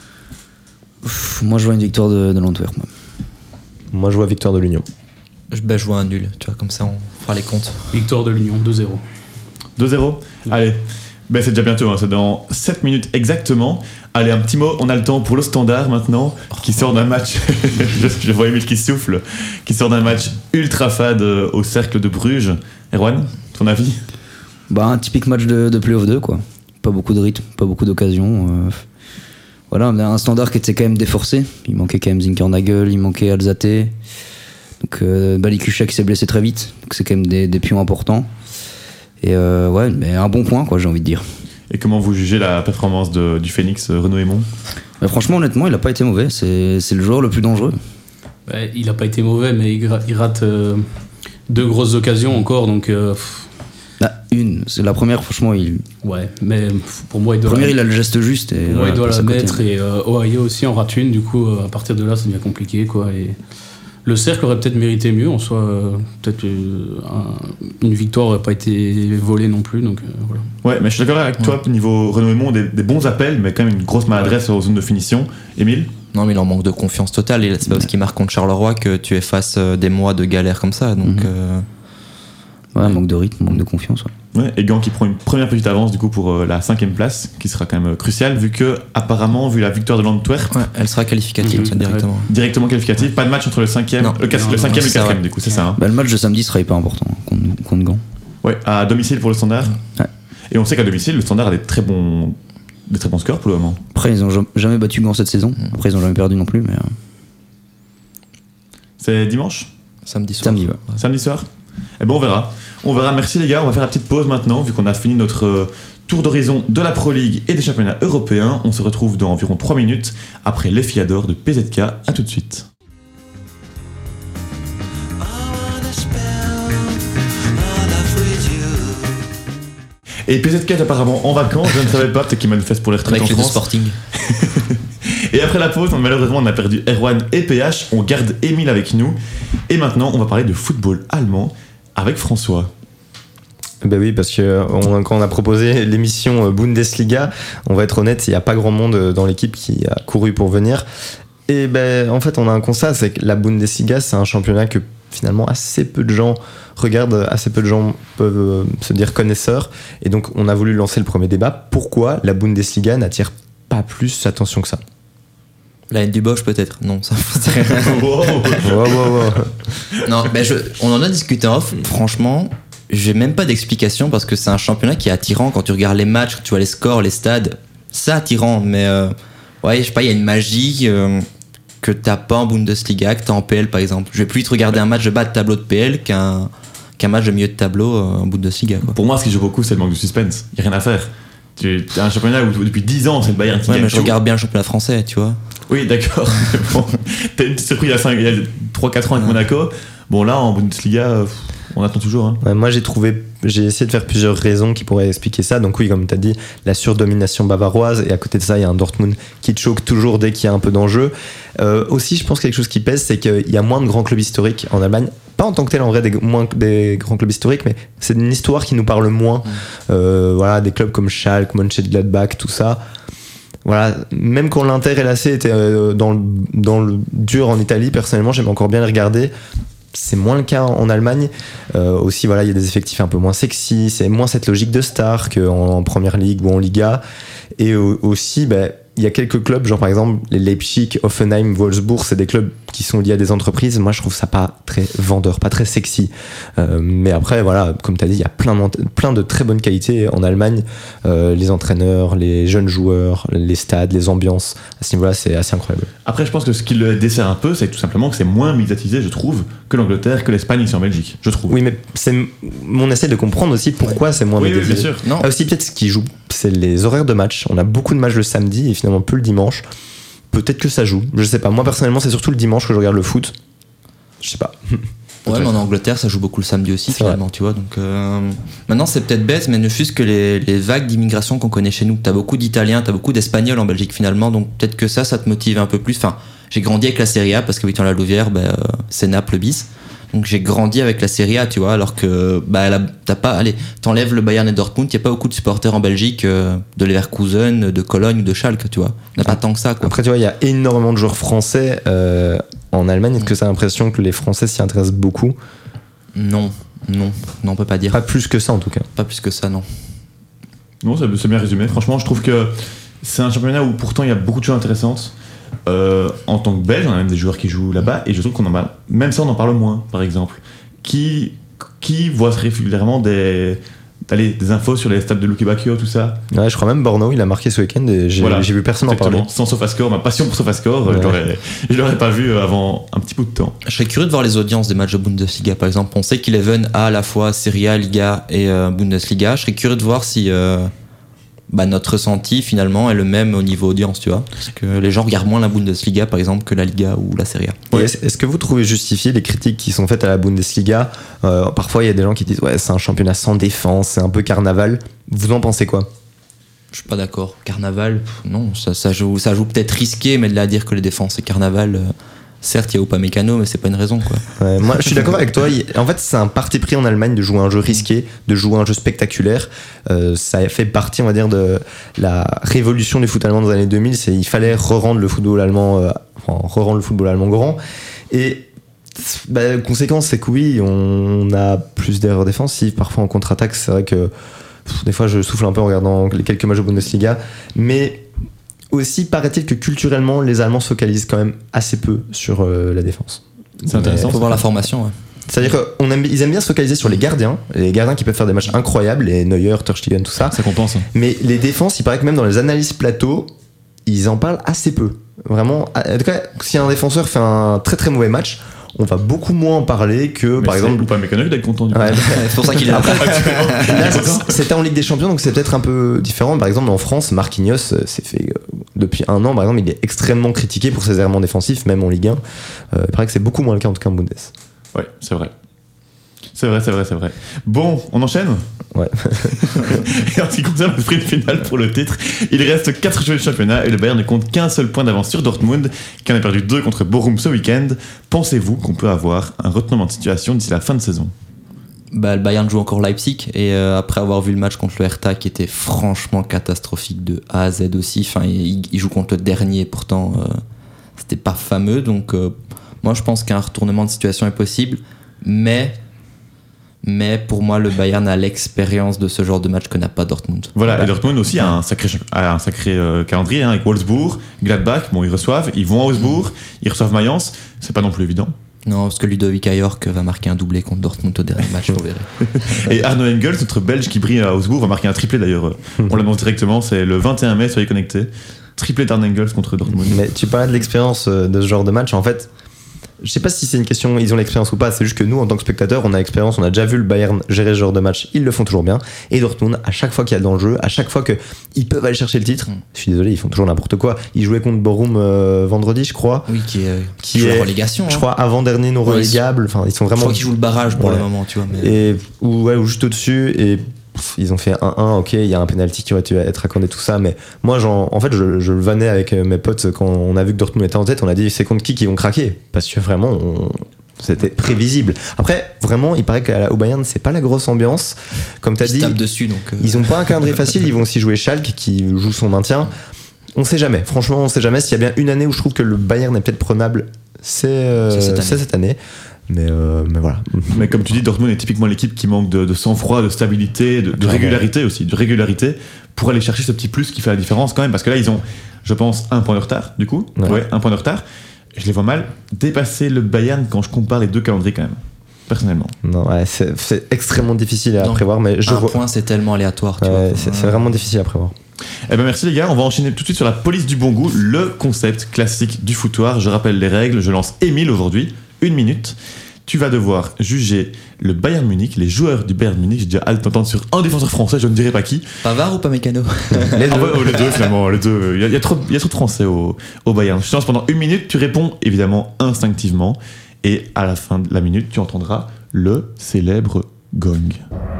Ouf, moi, je vois une victoire de, de l'Antwerp. Moi. moi, je vois victoire de l'Union. Je, bah, je vois un nul. Tu vois, comme ça, on fera les comptes. Victoire de l'Union deux zéro. deux zéro. Allez, ben, c'est déjà bientôt, hein. C'est dans sept minutes exactement. Allez, un petit mot, on a le temps pour le Standard maintenant, qui sort d'un match, je, je vois Emile qui souffle, qui sort d'un match ultra fade au Cercle de Bruges. Erwan, ton avis? Bah, un typique match de, de play-off deux, quoi. Pas beaucoup de rythme, pas beaucoup d'occasions. Euh, voilà, on a un Standard qui était quand même déforcé. Il manquait quand même Zinkernagel, il manquait Alzate. Donc, euh, Balikucha qui s'est blessé très vite. Donc, c'est quand même des, des pions importants. Et euh, ouais, mais un bon point, quoi, j'ai envie de dire. Et comment vous jugez la performance de, du Phoenix, Renaud Aymon? Bah, franchement, honnêtement, il a pas été mauvais. C'est, c'est le joueur le plus dangereux. Bah, il a pas été mauvais, mais il, gra- il rate euh, deux grosses occasions encore, donc. Euh, Bah, une, c'est la première, franchement, il. Ouais, mais pour moi, il doit. La première, la... il a le geste juste. Et Pour moi, voilà, il doit la passe à côté. mettre, et euh, Ohio aussi en rate une, du coup, euh, à partir de là, ça devient compliqué, quoi. Et le Cercle aurait peut-être mérité mieux, en soi, euh, peut-être euh, un- une victoire aurait pas été volée non plus, donc euh, voilà. Ouais, mais je suis d'accord avec toi, niveau Renaud Aymon, des, des bons appels, mais quand même une grosse maladresse aux zones de finition. Émile? Non, mais il en manque de confiance totale. Et c'est pas parce qu'il marque contre Charleroi que tu effaces euh, des mois de galère comme ça. Donc, Mhm. euh, Ouais, manque de rythme, manque de confiance. Ouais. Ouais, et Gant qui prend une première petite avance du coup pour euh, la cinquième place, qui sera quand même euh, cruciale, vu que, apparemment, vu la victoire de l'Antwerp, ouais, elle sera qualificative Mhm. ça, directement. directement qualificative, pas de match entre le cinquième, Non. le, quatre- Non, le non, cinquième non, et le c'est quatrième, vrai. du coup, c'est ça. Hein. Bah, le match de samedi sera hyper important contre, contre Gand. Ouais, à domicile pour le Standard. Ouais. Et on sait qu'à domicile, le Standard a des très bons, des très bons scores pour le moment. Après, ils ont jam- jamais battu Gand cette saison. Après, ils ont jamais perdu non plus, mais euh, C'est dimanche? Samedi soir. samedi, ouais. Samedi soir? Eh ben on verra. On verra. Merci les gars. On va faire la petite pause maintenant, vu qu'on a fini notre euh, tour d'horizon de la Pro League et des championnats européens. On se retrouve dans environ trois minutes après les Fiador de P Z K. À tout de suite. Et P Z K est apparemment en vacances, je ne savais pas, peut-être qu'il manifeste pour les retraites Avec en les deux France. Sporting. Et après la pause, malheureusement, on a perdu Erwan et P H. On garde Émile avec nous. Et maintenant, on va parler de football allemand avec François. Ben oui, parce que on, quand on a proposé l'émission euh, Bundesliga, on va être honnête, il n'y a pas grand monde euh, dans l'équipe qui a couru pour venir. Et ben en fait, on a un constat, c'est que la Bundesliga, c'est un championnat que finalement assez peu de gens regardent, assez peu de gens peuvent euh, se dire connaisseurs. Et donc, on a voulu lancer le premier débat. Pourquoi la Bundesliga n'attire pas plus attention que ça? La haine du Bosch peut-être. Non, ça. Wow. Wow, wow, wow. Non, ben je, on en a discuté en off. Franchement, j'ai même pas d'explication parce que c'est un championnat qui est attirant quand tu regardes les matchs, tu vois les scores, les stades. C'est attirant, mais euh, ouais, je sais pas, il y a une magie euh, que t'as pas en Bundesliga, que t'as en P L par exemple. Je vais plus vite regarder un match de bas de tableau de P L qu'un qu'un match de milieu de tableau euh, en Bundesliga. Quoi. Pour moi, ce qui joue beaucoup, c'est le manque de suspense. Il n'y a rien à faire. Tu as un championnat où depuis dix ans, c'est le Bayern qui Ouais, gagne mais je tout. regarde bien le championnat français, tu vois. Oui, d'accord. Mais bon, t'as une petite surprise il y a trois quatre ans avec Ouais. Monaco. Bon, là, en Bundesliga, pff, on attend toujours. Hein. Ouais, moi j'ai trouvé, j'ai essayé de faire plusieurs raisons qui pourraient expliquer ça. Donc oui, comme tu as dit, la surdomination bavaroise, et à côté de ça, il y a un Dortmund qui te choque toujours dès qu'il y a un peu d'enjeu. Euh, aussi, je pense que quelque chose qui pèse, c'est qu'il y a moins de grands clubs historiques en Allemagne. Pas en tant que tel, en vrai, des, moins des grands clubs historiques, mais c'est une histoire qui nous parle moins. Euh, voilà, des clubs comme Schalke, Mönchengladbach, tout ça. Voilà, même quand l'Inter et l'A C étaient euh, dans, le, dans le dur en Italie, personnellement, j'aime encore bien les regarder. C'est moins le cas en Allemagne. Euh, aussi, voilà, il y a des effectifs un peu moins sexy. C'est moins cette logique de star qu'en en Première Ligue ou en Liga. Et euh, aussi, bah, il y a quelques clubs, genre par exemple les Leipzig, Hoffenheim, Wolfsburg, c'est des clubs qui sont liés à des entreprises. Moi, je trouve ça pas très vendeur, pas très sexy. Euh, mais après, voilà, comme tu as dit, il y a plein de, plein de très bonnes qualités en Allemagne. Euh, les entraîneurs, les jeunes joueurs, les stades, les ambiances. À ce niveau-là, c'est assez incroyable. Après, je pense que ce qui le dessert un peu, c'est tout simplement que c'est moins médiatisé, je trouve, que l'Angleterre, que l'Espagne ici en Belgique. Je trouve. Oui, mais c'est, on essaie de comprendre aussi pourquoi c'est moins oui, oui, médiatisé. bien sûr. Non. Ah, aussi, peut-être ce qui joue, c'est les horaires de match. On a beaucoup de matchs le samedi et finalement peu le dimanche. Peut-être que ça joue. Je sais pas. Moi, personnellement, c'est surtout le dimanche que je regarde le foot. Je sais pas. Ouais, mais en Angleterre, ça joue beaucoup le samedi aussi, C'est finalement, tu vois. Donc, euh, maintenant, c'est peut-être bête, mais ne fût-ce que les, les vagues d'immigration qu'on connaît chez nous. T'as beaucoup d'Italiens, t'as beaucoup d'Espagnols en Belgique, finalement. Donc, peut-être que ça, ça te motive un peu plus. Enfin, j'ai grandi avec la Serie A parce que Victor Louvière, bah, euh, c'est Naples bis. Donc, j'ai grandi avec la Serie A, tu vois. Alors que, bah, là, t'as pas, allez, t'enlèves le Bayern et Dortmund, y a pas beaucoup de supporters en Belgique, euh, de Leverkusen, de Cologne ou de Schalke, tu vois. Y a pas tant que ça, quoi. Après, tu vois, il y a énormément de joueurs français euh, en Allemagne. Est-ce que tu as l'impression que les Français s'y intéressent beaucoup? Non. Non, non, on peut pas dire. Pas plus que ça en tout cas. Pas plus que ça, non. Non, c'est, c'est bien résumé. Franchement, je trouve que c'est un championnat où pourtant il y a beaucoup de choses intéressantes. Euh, en tant que Belge, on a même des joueurs qui jouent là-bas et je trouve qu'on en parle, même ça on en parle moins, par exemple. Qui, qui voit régulièrement des, allez, des infos sur les stats de Lucky Bacchio, tout ça. Ouais, je crois même Borno, il a marqué ce week-end et j'ai, Voilà, j'ai vu personne en parler. Sans SofaScore, ma passion pour SofaScore, ouais. je, l'aurais, je l'aurais pas vu avant un petit bout de temps. Je serais curieux de voir les audiences des matchs de Bundesliga, par exemple. On sait qu'Eleven a à la fois Serie A, Liga et euh, Bundesliga. Je serais curieux de voir si euh, bah, notre ressenti finalement est le même au niveau audience, tu vois. Parce que les gens regardent moins la Bundesliga, par exemple, que la Liga ou la Serie A. Ouais. Est-ce, est-ce que vous trouvez justifié les critiques qui sont faites à la Bundesliga ? euh, Parfois, il y a des gens qui disent ouais, c'est un championnat sans défense, c'est un peu carnaval. Vous en pensez quoi ? Je suis pas d'accord. Carnaval, pff, non, ça, ça joue, ça joue peut-être risqué, mais de là à dire que les défenses c'est carnaval. Euh, certes, il y a Upamecano, mais c'est pas une raison, quoi. Ouais, moi, je suis d'accord avec toi. En fait, c'est un parti pris en Allemagne de jouer un jeu risqué, de jouer un jeu spectaculaire. Euh, ça fait partie, on va dire, de la révolution du foot allemand dans les années deux mille. C'est il fallait re-rendre le football allemand, euh, enfin, re-rendre le football allemand grand. Et bah, la conséquence, c'est que oui, on a plus d'erreurs défensives. Parfois en contre-attaque, c'est vrai que pff, des fois, je souffle un peu en regardant les quelques matchs de Bundesliga, mais aussi, paraît-il que culturellement, les Allemands se focalisent quand même assez peu sur euh, la défense. C'est intéressant. Il faut voir la formation, ouais. C'est-à-dire qu'ils aime, aiment bien se focaliser sur les gardiens, les gardiens qui peuvent faire des matchs incroyables, les Neuer, Ter Stegen, tout ça. Ça compense. Mais les défenses, il paraît que même dans les analyses plateau, ils en parlent assez peu. Vraiment, en tout cas, si un défenseur fait un très très mauvais match, on va beaucoup moins en parler que mais par c'est exemple. Ou pas mécano d'être content du coup. Ouais, C'est pour ça qu'il est là. Là, c'était en Ligue des Champions, donc c'est peut-être un peu différent. Par exemple, en France, Marquinhos, c'est fait depuis un an, par exemple, il est extrêmement critiqué pour ses errements défensifs, même en Ligue un. Euh, il paraît que c'est beaucoup moins le cas en tout cas en Bundes. Ouais, c'est vrai. C'est vrai, c'est vrai, c'est vrai. Bon, on enchaîne ? Ouais. Et en ce qui concerne le sprint final pour le titre, il reste quatre journées de championnat et le Bayern ne compte qu'un seul point d'avance sur Dortmund, qui en a perdu deux contre Bochum ce week-end. Pensez-vous qu'on peut avoir un retournement de situation d'ici la fin de saison ? Bah, le Bayern joue encore Leipzig et euh, après avoir vu le match contre le Hertha qui était franchement catastrophique de A à Z aussi, enfin il, il joue contre le dernier, pourtant euh, c'était pas fameux, donc euh, moi je pense qu'un retournement de situation est possible, mais mais pour moi le Bayern a l'expérience de ce genre de match que n'a pas Dortmund. Voilà, voilà. Et Dortmund aussi a un sacré, a un sacré euh, calendrier hein, avec Wolfsburg, Gladbach, bon ils reçoivent, ils vont à Wolfsburg, ils reçoivent Mayence, c'est pas non plus évident. Non, parce que Ludovic Ajorc va marquer un doublé contre Dortmund au dernier match, vous verrez. Et Arno Engels, notre Belge qui brille à Augsbourg, va marquer un triplé d'ailleurs. On l'annonce directement, c'est le vingt et un mai, soyez connectés. Triplé d'Arno Engels contre Dortmund. Mais tu parlais de l'expérience de ce genre de match, en fait. Je sais pas si c'est une question, ils ont l'expérience ou pas, c'est juste que nous, en tant que spectateurs, on a l'expérience, on a déjà vu le Bayern gérer ce genre de match, ils le font toujours bien. Et Dortmund, à chaque fois qu'il y a dans le jeu, à chaque fois qu'ils peuvent aller chercher le titre, je suis désolé, ils font toujours n'importe quoi. Ils jouaient contre Bochum euh, vendredi, je crois. Oui, qui est, qui joue est la relégation. Je hein. crois avant-dernier non relégable. Enfin, ils sont vraiment. Je crois qu'ils jouent le barrage pour ouais. le moment, tu vois. Mais... Et, ou, ouais, ou juste au-dessus, et. Ils ont fait un un, ok, il y a un penalty qui aurait dû être accordé, tout ça, mais moi, j'en, en fait, je, je le vannais avec mes potes quand on a vu que Dortmund était en tête, on a dit c'est contre qui qui vont craquer, parce que vraiment, on, c'était prévisible. Après, vraiment, il paraît qu'au Bayern, c'est pas la grosse ambiance, comme t'as ils dit. Tapent dessus, donc, euh... Ils ont pas un calendrier facile, ils vont aussi jouer Schalke qui joue son maintien. On sait jamais, franchement, on sait jamais. S'il y a bien une année où je trouve que le Bayern est peut-être prenable, c'est, euh, c'est, cette, année. c'est cette année. Mais, euh, mais voilà. Mais comme tu dis, Dortmund est typiquement l'équipe qui manque de, de sang-froid, de stabilité, de, de régularité aussi, de régularité pour aller chercher ce petit plus qui fait la différence quand même. Parce que là, ils ont, je pense, un point de retard, du coup. Ouais, ouais un point de retard. Je les vois mal dépasser le Bayern quand je compare les deux calendriers quand même, personnellement. Non, ouais, c'est, c'est extrêmement difficile à non, prévoir. Mais je un vois... point, c'est tellement aléatoire. Tu ouais, vois. C'est, c'est vraiment difficile à prévoir. Eh ben merci les gars, on va enchaîner tout de suite sur la police du bon goût, le concept classique du foutoir. Je rappelle les règles, je lance Émile aujourd'hui, une minute. Tu vas devoir juger le Bayern Munich, les joueurs du Bayern Munich. J'ai déjà hâte d'entendre sur un défenseur français, je ne dirai pas qui. Pavard ou Upamecano? Les deux. Ah ouais, les deux finalement, les deux. Il y a, il y a trop, il y a trop de Français au, au Bayern. Je te lance pendant une minute, tu réponds évidemment instinctivement. Et à la fin de la minute, tu entendras le célèbre gong.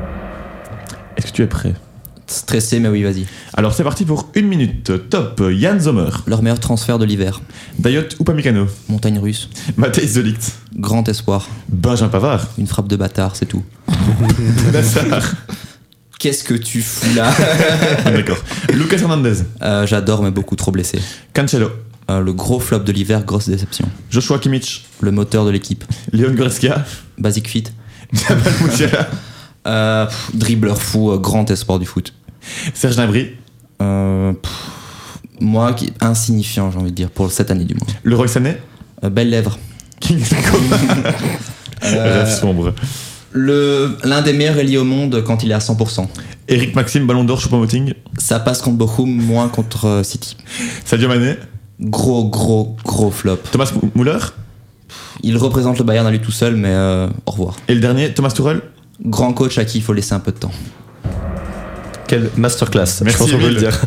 Est-ce que tu es prêt? Stressé, mais oui, vas-y. Alors c'est parti pour une minute. Top, Jan Sommer. Leur meilleur transfert de l'hiver. Dayot Upamecano. Montagne russe. Matthijs de Ligt. Grand espoir. Benjamin Pavard. Une frappe de bâtard, c'est tout. Nassar. Qu'est-ce que tu fous là? D'accord. Lucas Hernandez. Euh, j'adore, mais beaucoup trop blessé. Cancelo. Euh, le gros flop de l'hiver, grosse déception. Joshua Kimmich. Le moteur de l'équipe. Leon Goretzka. Basic fit. Jamal Musiala. Euh, pff, dribbleur fou, euh, grand espoir du foot. Serge Gnabry. Euh, pff, moi, qui, insignifiant, j'ai envie de dire, pour cette année du moins. Le Roy Sané. Euh, belle lèvre. King Euh, Rêve sombre. le, l'un des meilleurs ailiers au monde quand il est à cent pour cent. Eric Maxime, Ballon d'Or, Choupo-Moting. Ça passe contre Bochum, moins contre euh, City. Sadio Mané. Gros, gros, gros flop. Thomas Müller. Il représente le Bayern à lui tout seul, mais euh, au revoir. Et le dernier, Thomas Tuchel. Grand coach à qui il faut laisser un peu de temps. Quelle masterclass, Merci, je pense qu'on peut Will. le dire.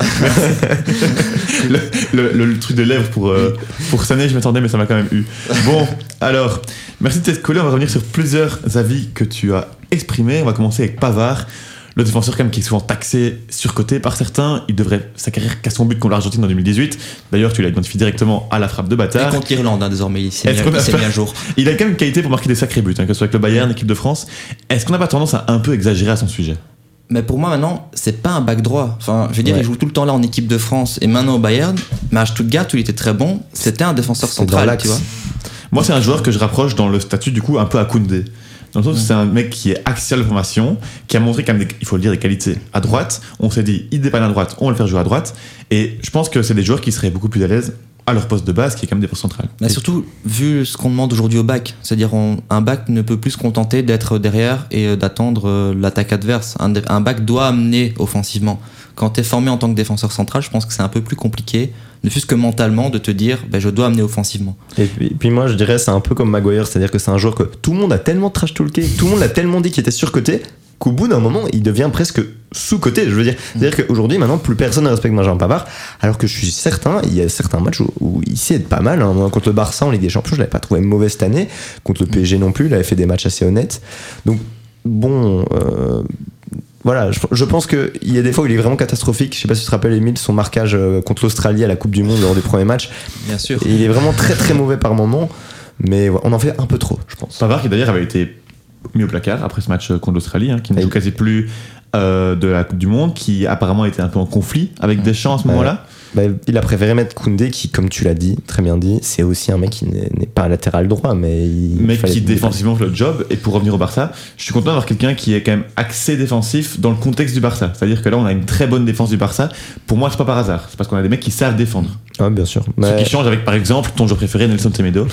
le, le, le, le truc de lèvres pour, euh, pour Sané, je m'attendais, mais ça m'a quand même eu. Bon, alors, merci de t'être collé. On va revenir sur plusieurs avis que tu as exprimés. On va commencer avec Pavard, le défenseur quand même qui est souvent taxé, surcoté par certains. Il devrait sa carrière qu'à son but contre l'Argentine en deux mille dix-huit. D'ailleurs, tu l'as identifié directement à la frappe de Et bâtard. contre l'Irlande, hein, désormais, il s'est Est-ce mis, qu'on a il s'est pas- mis à jour. Il a quand même une qualité pour marquer des sacrés buts, hein, que ce soit avec le Bayern, l'équipe de France. Est-ce qu'on n'a pas tendance à un peu exagérer à son sujet? Mais pour moi, maintenant, c'est pas un back droit. Enfin, je veux dire, Ouais. il joue tout le temps là en équipe de France et maintenant au Bayern. Mais à Stuttgart, où il était très bon, c'était un défenseur C'est dans central, l'axe. tu vois. Moi, c'est un joueur que je rapproche dans le statut, du coup, un peu à Koundé. Dans le sens où c'est un mec qui est axial de formation, qui a montré quand même, des- il faut le dire, des qualités à droite. On s'est dit, il dépanne à droite, on va le faire jouer à droite. Et je pense que c'est des joueurs qui seraient beaucoup plus à l'aise à leur poste de base, qui est quand même des postes centrales. Mais surtout, vu ce qu'on demande aujourd'hui au back, c'est-à-dire on- un back ne peut plus se contenter d'être derrière et euh, d'attendre euh, l'attaque adverse. Un, dé- un back doit amener offensivement. Quand tu es formé en tant que défenseur central, je pense que c'est un peu plus compliqué, ne fût-ce que mentalement, de te dire ben, je dois amener offensivement. Et puis, puis moi je dirais c'est un peu comme Maguire, c'est-à-dire que c'est un joueur que tout le monde a tellement trash talké, tout le monde l'a tellement dit qu'il était surcoté, qu'au bout d'un moment il devient presque sous-coté. Je veux dire, c'est-à-dire qu'aujourd'hui maintenant plus personne ne respecte Benjamin Pavard, alors que je suis certain, il y a certains matchs où, où il sait être pas mal. Hein. Moi, contre le Barça en Ligue des Champions, je l'avais pas trouvé mauvais cette année. Contre le P S G non plus, il avait fait des matchs assez honnêtes. Donc bon. Euh, Voilà, je, je pense qu'il y a des fois où il est vraiment catastrophique. Je sais pas si tu te rappelles, Emile, son marquage euh, contre l'Australie à la Coupe du Monde lors du premier match. Bien sûr. Et il est vraiment très très mauvais par moment, mais ouais, on en fait un peu trop, je pense. Pavard, qui d'ailleurs avait été mis au placard après ce match contre l'Australie, hein, qui ne Et- joue quasi plus euh, de la Coupe du Monde, qui apparemment était un peu en conflit avec Deschamps à ce Ouais. moment-là. Bah, il a préféré mettre Koundé, qui, comme tu l'as dit, très bien dit, c'est aussi un mec qui n'est n'est pas un latéral droit, mais il Mec fallait- qui défensivement fait le job. Et pour revenir au Barça, je suis content d'avoir quelqu'un qui est quand même axé défensif dans le contexte du Barça. C'est-à-dire que là, on a une très bonne défense du Barça. Pour moi, c'est pas par hasard. C'est parce qu'on a des mecs qui savent défendre. Ouais, bien sûr. Ce Mais- qui change avec, par exemple, ton joueur préféré, Nelson Semedo.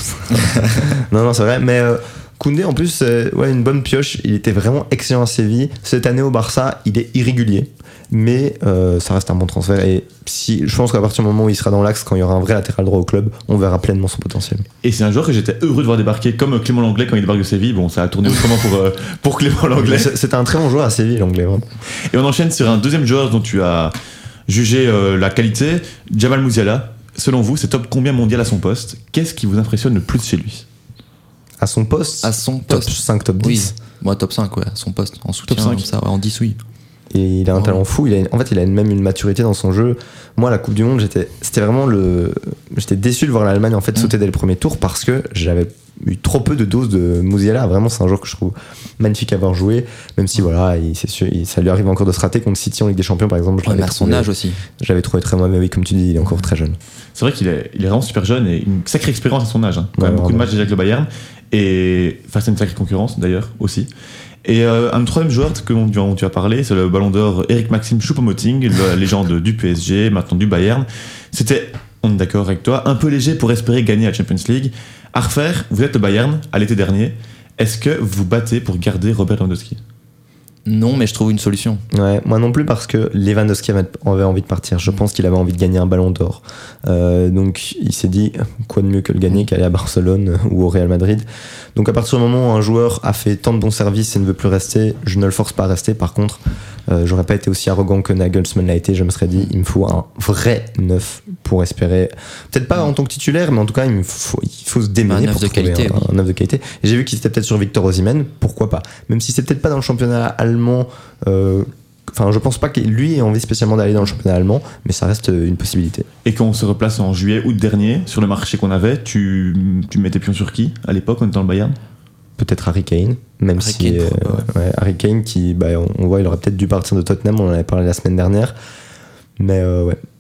Non, non, c'est vrai, mais euh, Koundé, en plus, euh, ouais, une bonne pioche. Il était vraiment excellent à Séville. Cette année au Barça, il est irrégulier, mais euh, ça reste un bon transfert. Et si, je pense qu'à partir du moment où il sera dans l'axe, quand il y aura un vrai latéral droit au club, on verra pleinement son potentiel. Et c'est un joueur que j'étais heureux de voir débarquer, comme Clément Langlais quand il débarque de Séville. Bon, ça a tourné autrement pour, euh, pour Clément Langlais. C'est- C'était un très bon joueur à Séville, l'anglais, vraiment. Et on enchaîne sur un deuxième joueur dont tu as jugé euh, la qualité, Jamal Musiala. Selon vous, c'est top combien mondial à son poste? Qu'est-ce qui vous impressionne le plus chez lui? À son poste, À son top poste. cinq, top Oui, dix. moi top cinq, ouais, à son poste, en soutien, Top cinq. comme ça, ouais, en dix, oui. Et il a un Oh. talent fou. Il a, en fait, il a une- même une maturité dans son jeu. Moi, à la Coupe du Monde, j'étais, c'était vraiment le. J'étais déçu de voir l'Allemagne en fait Mm. sauter dès le premier tour parce que j'avais eu trop peu de doses de Musiala. Vraiment, c'est un joueur que je trouve magnifique à avoir joué. Même si voilà, il, c'est sûr, il- ça lui arrive encore de se rater contre City en Ligue des Champions, par exemple. Je Ouais, mais l'avais à son trouvé- âge aussi. Je l'avais trouvé très mauvais. Mais oui, comme tu dis, il est encore très jeune. C'est vrai qu'il est, il est vraiment super jeune et une sacrée expérience à son âge. Hein. Quand Ouais, même beaucoup de vraiment. matchs déjà avec le Bayern et face à une sacrée concurrence d'ailleurs aussi. Et euh, un troisième joueur que, dont, dont tu as parlé, c'est le ballon d'or Eric Maxime Choupo-Moting, la légende du P S G, maintenant du Bayern. C'était, on est d'accord avec toi, un peu léger pour espérer gagner la Champions League. À refaire, vous êtes le Bayern à l'été dernier. Est-ce que vous battez pour garder Robert Lewandowski? Non, mais je trouve une solution. Ouais, moi non plus parce que Lewandowski avait avait envie de partir. Je pense qu'il avait envie de gagner un ballon d'or. Euh, donc il s'est dit quoi de mieux que le gagner qu'aller à Barcelone ou au Real Madrid. Donc à partir du moment où un joueur a fait tant de bons services et ne veut plus rester, je ne le force pas à rester. Par contre, euh, j'aurais pas été aussi arrogant que Nagelsmann l'a été. Je me serais dit il me faut un vrai neuf pour espérer. Peut-être pas en tant que titulaire, mais en tout cas il me faut, il faut se démener Un neuf pour de trouver qualité, un, oui. un neuf de qualité. Et j'ai vu qu'il était peut-être sur Victor Osimhen. Pourquoi pas? Même si c'est peut-être pas dans le championnat allemand. Euh, Enfin, je pense pas que lui ait envie spécialement d'aller dans le championnat allemand, mais ça reste une possibilité. Et quand on se replace en juillet, août dernier, sur le marché qu'on avait, tu, tu mettais pion sur qui à l'époque, en étant le Bayern? Peut-être Harry Kane, même Harry si Kane, euh, pourquoi pas, ouais, Harry Kane qui, bah, on, on voit, il aurait peut-être dû partir de Tottenham, on en avait parlé la semaine dernière, mais euh, ouais.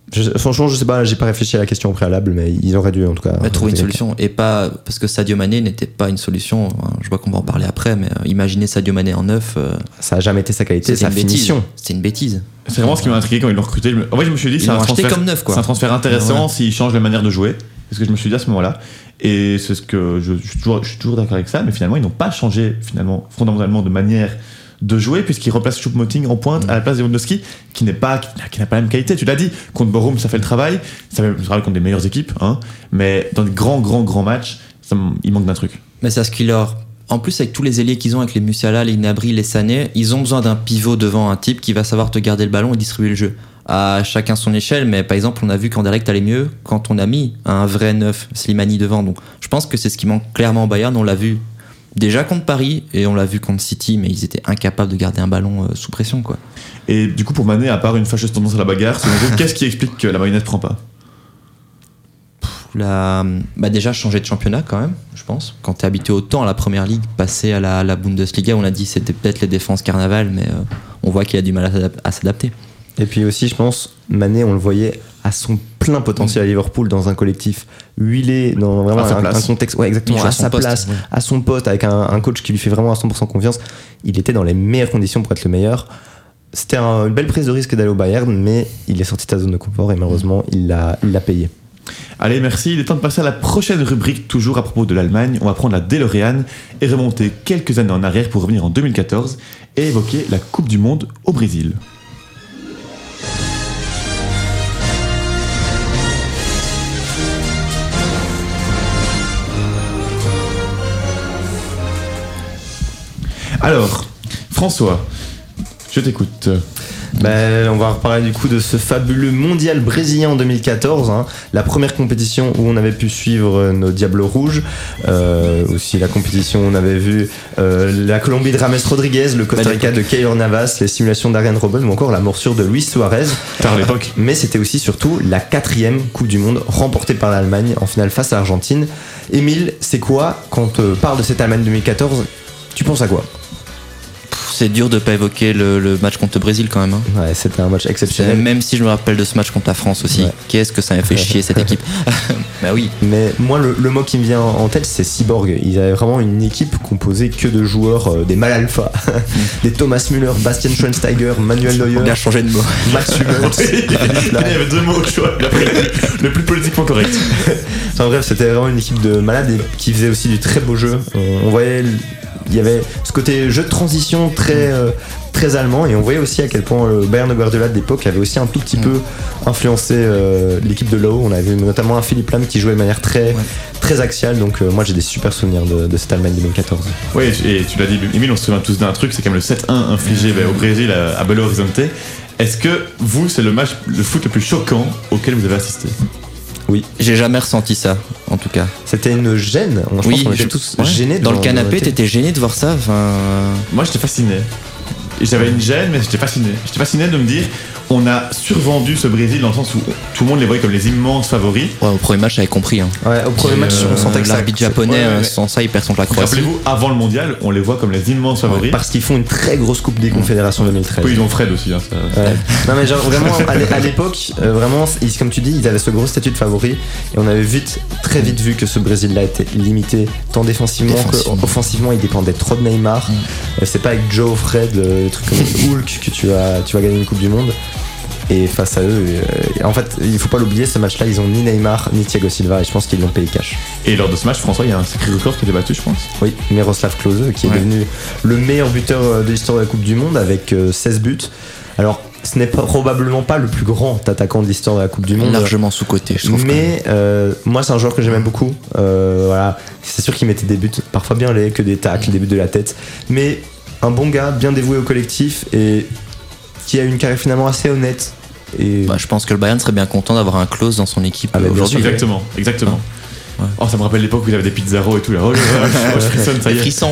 Je, franchement, je sais pas, j'ai pas réfléchi à la question au préalable, mais ils auraient dû en tout cas mais trouver une solution et pas parce que Sadio Mané n'était pas une solution. Je vois qu'on va en parler après, mais euh, imaginez Sadio Mané en neuf. Euh, ça a jamais été sa qualité, sa finition. C'était une bêtise. C'est vraiment ce qui m'a intrigué quand ils l'ont recruté. En fait, je me suis dit, c'est un, transfert, comme neuf, quoi. C'est un transfert intéressant ouais. s'il change la manière de jouer. C'est ce que je me suis dit à ce moment-là. Et c'est ce que je, je suis toujours, je suis toujours d'accord avec ça, mais finalement, ils n'ont pas changé finalement fondamentalement de manière de jouer puisqu'il replace Choupo-Moting en pointe mmh. à la place de Lewandowski qui n'est pas qui n'a, qui n'a pas la même qualité. Tu l'as dit, contre Borum ça fait le travail, ça fait le travail contre des meilleures équipes, hein, mais dans des grands grands grands matchs, ça, il manque d'un truc. Mais c'est ce qu'il leur en plus avec tous les ailiers qu'ils ont avec les Musiala, les Gnabry, les Sané, ils ont besoin d'un pivot devant un type qui va savoir te garder le ballon et distribuer le jeu. À chacun son échelle, mais par exemple on a vu qu'Anderlecht allait mieux quand on a mis un vrai neuf Slimani devant. Donc je pense que c'est ce qui manque clairement au Bayern. On l'a vu déjà contre Paris et on l'a vu contre City, mais ils étaient incapables de garder un ballon euh, sous pression, quoi. Et du coup, pour Mané, à part une fâcheuse tendance à la bagarre, selon vous, qu'est-ce qui explique que la marionnette prend pas? La... Bah déjà changer de championnat quand même, je pense. Quand t'es habitué autant à la première ligue, passer à la, la Bundesliga, on a dit c'était peut-être les défenses carnaval, mais euh, on voit qu'il a du mal à, s'adap- à s'adapter. Et puis aussi, je pense, Mané, on le voyait à son plein potentiel à Liverpool dans un collectif huilé, dans vraiment un, un contexte, ouais, exactement, à sa poste, place, ouais. à son poste, avec un, un coach qui lui fait vraiment à cent pour cent confiance. Il était dans les meilleures conditions pour être le meilleur. C'était un, une belle prise de risque d'aller au Bayern, mais il est sorti de sa zone de confort et malheureusement, il l'a, il l'a payé. Allez, merci. Il est temps de passer à la prochaine rubrique, toujours à propos de l'Allemagne. On va prendre la DeLorean et remonter quelques années en arrière pour revenir en deux mille quatorze et évoquer la Coupe du Monde au Brésil. Alors, François, je t'écoute. Ben, on va reparler du coup de ce fabuleux mondial brésilien en deux mille quatorze, hein, la première compétition où on avait pu suivre nos Diables Rouges, euh, aussi la compétition où on avait vu euh, la Colombie de Rames Rodriguez, le Costa Rica de Keylor Navas, les simulations d'Arjen Robben ou encore la morsure de Luis Suarez. Tard à l'époque. Mais c'était aussi surtout la quatrième Coupe du Monde remportée par l'Allemagne en finale face à l'Argentine. Émile, c'est quoi quand on parle de cette Allemagne deux mille quatorze? Tu penses à quoi? C'est dur de ne pas évoquer le, le match contre le Brésil quand même. Hein. Ouais, c'était un match exceptionnel. Même si je me rappelle de ce match contre la France aussi. Ouais. Qu'est-ce que ça m'a fait ouais. chier cette équipe. Bah oui. Mais moi, le, le mot qui me vient en tête, c'est Cyborg. Ils avaient vraiment une équipe composée que de joueurs, euh, des mal alpha, des Thomas Müller, Bastian Schweinsteiger, Manuel Neuer. On a changé de mot. Max Hummels. Il y avait deux mots, tu vois. Le plus politiquement correct. Enfin bref, c'était vraiment une équipe de malades et qui faisait aussi du très beau jeu. On, on voyait. Il y avait ce côté jeu de transition très, euh, très allemand et on voyait aussi à quel point le Bayern de Guardiola de l'époque avait aussi un tout petit peu influencé euh, l'équipe de Lowe. On avait notamment un Philippe Lahm qui jouait de manière très, ouais. très axiale, donc euh, moi j'ai des super souvenirs de, de cette Allemagne deux mille quatorze. Oui, et tu l'as dit, Emile, on se souvient tous d'un truc, c'est quand même le sept un infligé bah, au Brésil à, à Belo Horizonte. Est-ce que vous, c'est le match de foot le plus choquant auquel vous avez assisté? Oui, j'ai jamais ressenti ça, en tout cas. C'était une gêne. Je oui, pense qu'on était je, tous ouais. gênés. Dans le canapé, t'étais gêné de voir ça. Enfin... Moi, j'étais fasciné. J'avais une gêne, mais j'étais fasciné. J'étais fasciné de me dire, on a survendu ce Brésil dans le sens où tout le monde les voyait comme les immenses favoris. Ouais, au premier match, j'avais compris. Hein. Ouais, au premier match, euh, on sentait que l'arbitre japonais, ouais, ouais, ouais. sans ça, il perd son la Croatie. Rappelez-vous, avant le mondial, on les voit comme les immenses favoris. Ouais, parce qu'ils font une très grosse Coupe des Confédérations deux mille treize. Oui, ils ont Fred aussi. Hein, ça... ouais. Non, mais genre, vraiment, à l'époque, euh, vraiment, ils, comme tu dis, ils avaient ce gros statut de favori. Et on avait vite, très vite vu que ce Brésil-là était limité, tant défensivement, défensivement. qu'offensivement, il dépendait trop de Neymar. Mm. Euh, c'est pas avec Joe, Fred, euh, des trucs comme Hulk que tu vas, tu vas gagner une Coupe du Monde. Et face à eux, euh, en fait, il faut pas l'oublier, ce match-là, ils ont ni Neymar ni Thiago Silva et je pense qu'ils l'ont payé cash. Et lors de ce match, François, il y a un sacré record qui a été battu, je pense. Oui, Miroslav Klose, qui est ouais. devenu le meilleur buteur de l'histoire de la Coupe du Monde avec euh, seize buts. Alors, ce n'est pas, probablement pas le plus grand attaquant de l'histoire de la Coupe du Monde. Largement sous-coté, je trouve. Mais euh, moi, c'est un joueur que j'aimais beaucoup. Euh, voilà, c'est sûr qu'il mettait des buts, parfois bien laids, que des tacles, des buts de la tête. Mais un bon gars, bien dévoué au collectif et qui a une carrière finalement assez honnête. Et... Bah, je pense que le Bayern serait bien content d'avoir un Klose dans son équipe ah, bah, aujourd'hui. Exactement, exactement. Ouais. Oh, ça me rappelle l'époque où il y avait des Pizarro et tout là. Oh, je, je, je frissonne, ça y est. Frisson.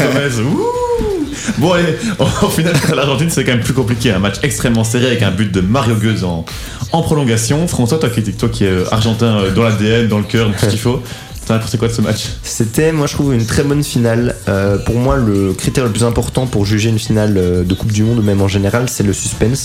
Bon allez, au final l'Argentine c'est quand même plus compliqué, un match extrêmement serré avec un but de Mario Götze en, en prolongation. François, toi qui, toi qui es argentin dans l'A D N, dans le cœur, tout ce qu'il faut, t'en as pensé quoi de ce match? C'était, moi je trouve, une très bonne finale. Euh, pour moi, le critère le plus important pour juger une finale de Coupe du Monde, même en général, c'est le suspense.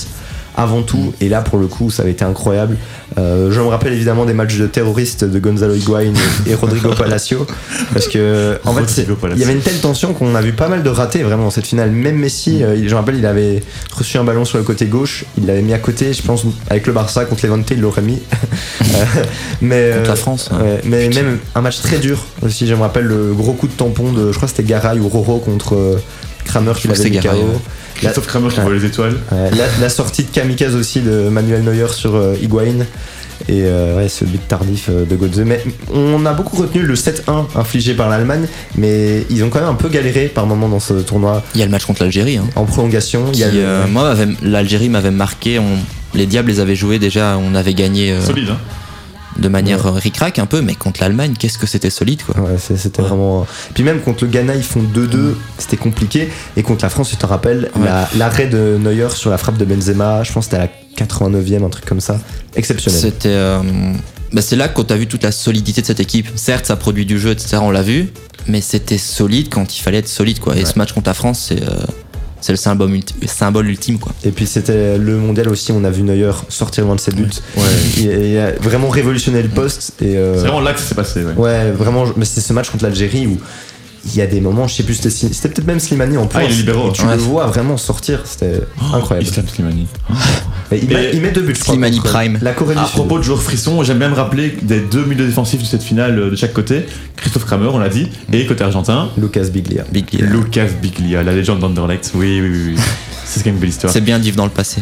avant tout, mmh. et là pour le coup ça avait été incroyable. Euh, je me rappelle évidemment des matchs de terroristes de Gonzalo Higuaín et, et Rodrigo Palacio, parce que en fait il y avait une telle tension qu'on a vu pas mal de ratés vraiment dans cette finale. Même Messi, mmh. euh, je me rappelle, il avait reçu un ballon sur le côté gauche, il l'avait mis à côté, je pense avec le Barça contre Levante il l'aurait mis. mais contre la France. Euh, ouais, mais Putain. Même un match très dur aussi, je me rappelle le gros coup de tampon de, je crois que c'était Garay ou Roro contre euh, Kramer qui l'avait mis K O. Christophe Kramer qui envoie les étoiles. Ouais, la, la sortie de kamikaze aussi de Manuel Neuer sur euh, Higuaín. Et euh, ouais, ce but tardif euh, de Götze. Mais on a beaucoup retenu le sept un infligé par l'Allemagne, mais ils ont quand même un peu galéré par moment dans ce tournoi. Il y a le match contre l'Algérie. Hein. En prolongation. Qui, il y a le... euh, moi, m'avait, l'Algérie m'avait marqué. On, les Diables les avaient joués déjà. On avait gagné. Euh, Solide, hein. De manière ouais. ric-rac un peu, mais contre l'Allemagne, qu'est-ce que c'était solide, quoi. Ouais, c'était ouais. vraiment. Puis même contre le Ghana, ils font deux deux, mmh. c'était compliqué. Et contre la France, tu te rappelles, ouais. la, l'arrêt de Neuer sur la frappe de Benzema, je pense que c'était à la quatre-vingt-neuvième, un truc comme ça. Exceptionnel. C'était. Euh... Bah, c'est là que t'as vu toute la solidité de cette équipe. Certes, ça produit du jeu, et cetera, on l'a vu, mais c'était solide quand il fallait être solide, quoi. Et ouais. ce match contre la France, c'est. Euh... C'est le symbole, ulti- symbole ultime, quoi. Et puis c'était le mondial aussi, on a vu Neuer sortir loin de ses buts. Ouais. Il, il a vraiment révolutionné le poste. Et euh, c'est vraiment là que ça s'est passé. Ouais, ouais vraiment. Mais c'était ce match contre l'Algérie où il y a des moments, je sais plus, c'était, c'était peut-être même Slimani en pointe. Ah, il est libéraux. Tu ouais. le vois vraiment sortir, c'était oh, incroyable. Islam Slimani. Oh. Il, met, il met deux buts. Slimani Prime. La Corée du à Sud. propos de joueurs frissons, j'aime bien me rappeler des deux milieux défensifs de cette finale de chaque côté. Christophe Kramer, on l'a dit, et côté argentin, Lucas Biglia. Biglia. Lucas Biglia, la légende d'Anderlecht. Oui, oui, oui. oui. C'est quand même une belle histoire. C'est bien de vivre dans le passé.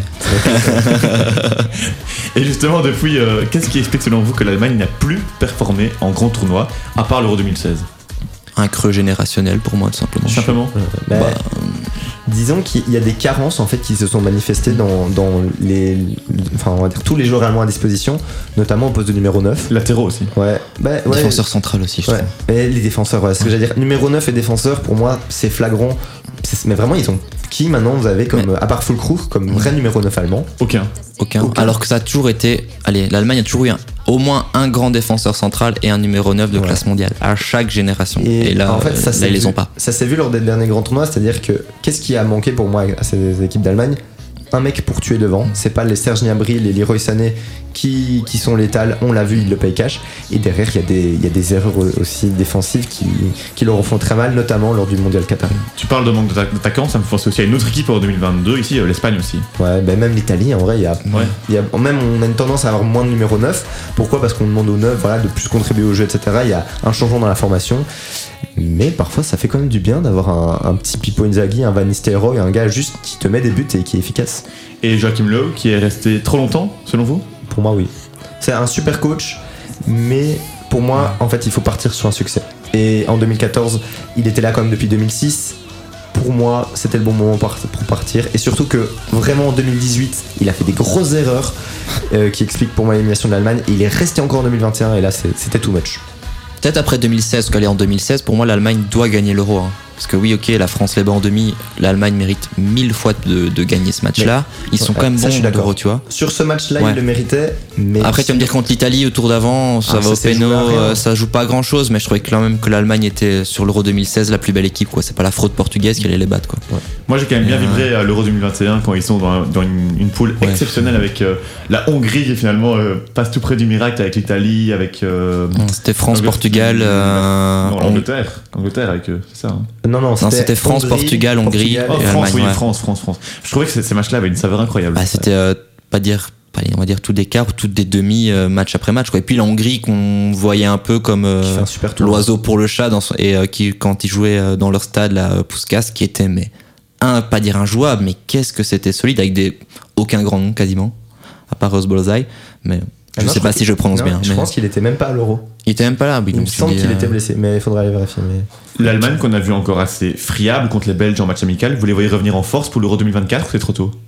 Et justement, depuis, euh, qu'est-ce qui explique selon vous que l'Allemagne n'a plus performé en grand tournoi, à part l'Euro deux mille seize? Un creux générationnel pour moi, tout simplement. Tout simplement. Euh, bah, bah, disons qu'il y a des carences en fait qui se sont manifestées dans, dans les, enfin on va dire tous les joueurs allemands à disposition, notamment au poste de numéro neuf. Latéraux aussi. Ouais. Bah, ouais. Défenseur central aussi, je ouais. trouve. Et les défenseurs, ouais. Ce que j'allais dire, numéro neuf et défenseur, pour moi, c'est flagrant. C'est, mais vraiment, ils ont qui maintenant vous avez comme, mais... à part Füllkrug, comme vrai numéro neuf allemand? Aucun. Aucun. Aucun. Alors que ça a toujours été. Allez, l'Allemagne a toujours eu un, au moins un grand défenseur central et un numéro neuf de ouais. classe mondiale à chaque génération. Et, et là, en fait, ça euh, là ils les ont pas. Ça s'est vu lors des derniers grands tournois, c'est-à-dire que qu'est-ce qui a manqué pour moi à ces équipes d'Allemagne? Un mec pour tuer devant, c'est pas les Serge Gnabry, les Leroy Sané qui, qui sont létales, on l'a vu, ils le payent cash. Et derrière, il y, a des, il y a des erreurs aussi défensives qui, qui leur font très mal, notamment lors du mondial Qatar. Tu parles de manque d'attaquants, ça me fait penser aussi à une autre équipe en deux mille vingt-deux, ici l'Espagne aussi. Ouais, ben même l'Italie, en vrai, il y a, ouais. il y a, même on a une tendance à avoir moins de numéro neuf. Pourquoi? Parce qu'on demande aux neuf voilà, de plus contribuer au jeu, et cetera. Il y a un changement dans la formation. Mais parfois ça fait quand même du bien d'avoir un, un petit Pippo Inzaghi, un Van Nistelrooy, un gars juste qui te met des buts et qui est efficace. Et Joachim Löw qui est resté trop longtemps selon vous? Pour moi oui. C'est un super coach, mais pour moi en fait il faut partir sur un succès. Et en deux mille quatorze il était là quand même depuis deux mille six. Pour moi c'était le bon moment pour partir. Et surtout que vraiment en deux mille dix-huit il a fait des grosses erreurs euh, qui expliquent pour moi l'élimination de l'Allemagne. Et il est resté encore en deux mille vingt et un et là c'est, c'était too much. Peut-être après deux mille seize, parce qu'elle est en deux mille seize, pour moi l'Allemagne doit gagner l'Euro. Hein. Parce que oui, ok, la France les bat en demi, l'Allemagne mérite mille fois de, de gagner ce match-là. Ils sont ouais, quand même bons en Euro, tu vois. Sur ce match-là, ouais. ils le méritaient. Mais après, tu vas me dire contre l'Italie au tour d'avant, ça ah, va ça au péno, euh, ça joue pas grand-chose, mais je trouvais quand même que l'Allemagne était sur l'Euro deux mille seize la plus belle équipe, quoi. C'est pas la fraude portugaise qui allait les battre, quoi. Ouais. Moi, j'ai quand même bien euh... vibré à l'Euro deux mille vingt et un quand ils sont dans, dans une, une poule ouais. exceptionnelle avec euh, la Hongrie qui finalement euh, passe tout près du miracle avec l'Italie, avec. Euh, c'était France-Portugal. Euh, non, l'Angleterre. Angleterre avec eux, c'est ça. Hein. Non, non, c'était. Non, c'était France, Hongrie, Portugal, Hongrie oh, et France, Allemagne. Oui, ouais. France, France, France. Je trouvais que ces matchs-là avaient une saveur incroyable. Ah, c'était euh, pas dire, pas, on va dire tout des quarts ou toutes des demi euh, match après match. Quoi. Et puis la Hongrie qu'on voyait un peu comme euh, un l'oiseau pour le chat dans son, et euh, qui quand ils jouaient euh, dans leur stade là, Puskás, qui était mais un pas dire injouable, mais qu'est-ce que c'était solide avec des aucun grand nom quasiment, à part Rozbolozaj, mais. Je ne sais pas si je prononce non, bien. Je mais... pense qu'il était même pas à l'Euro. Il était même pas là. Oui, il me semble qu'il euh... était blessé, mais il faudra aller vérifier. Mais... L'Allemagne qu'on a vu encore assez friable contre les Belges en match amical, vous les voyez revenir en force pour l'Euro deux mille vingt-quatre ou c'est trop tôt?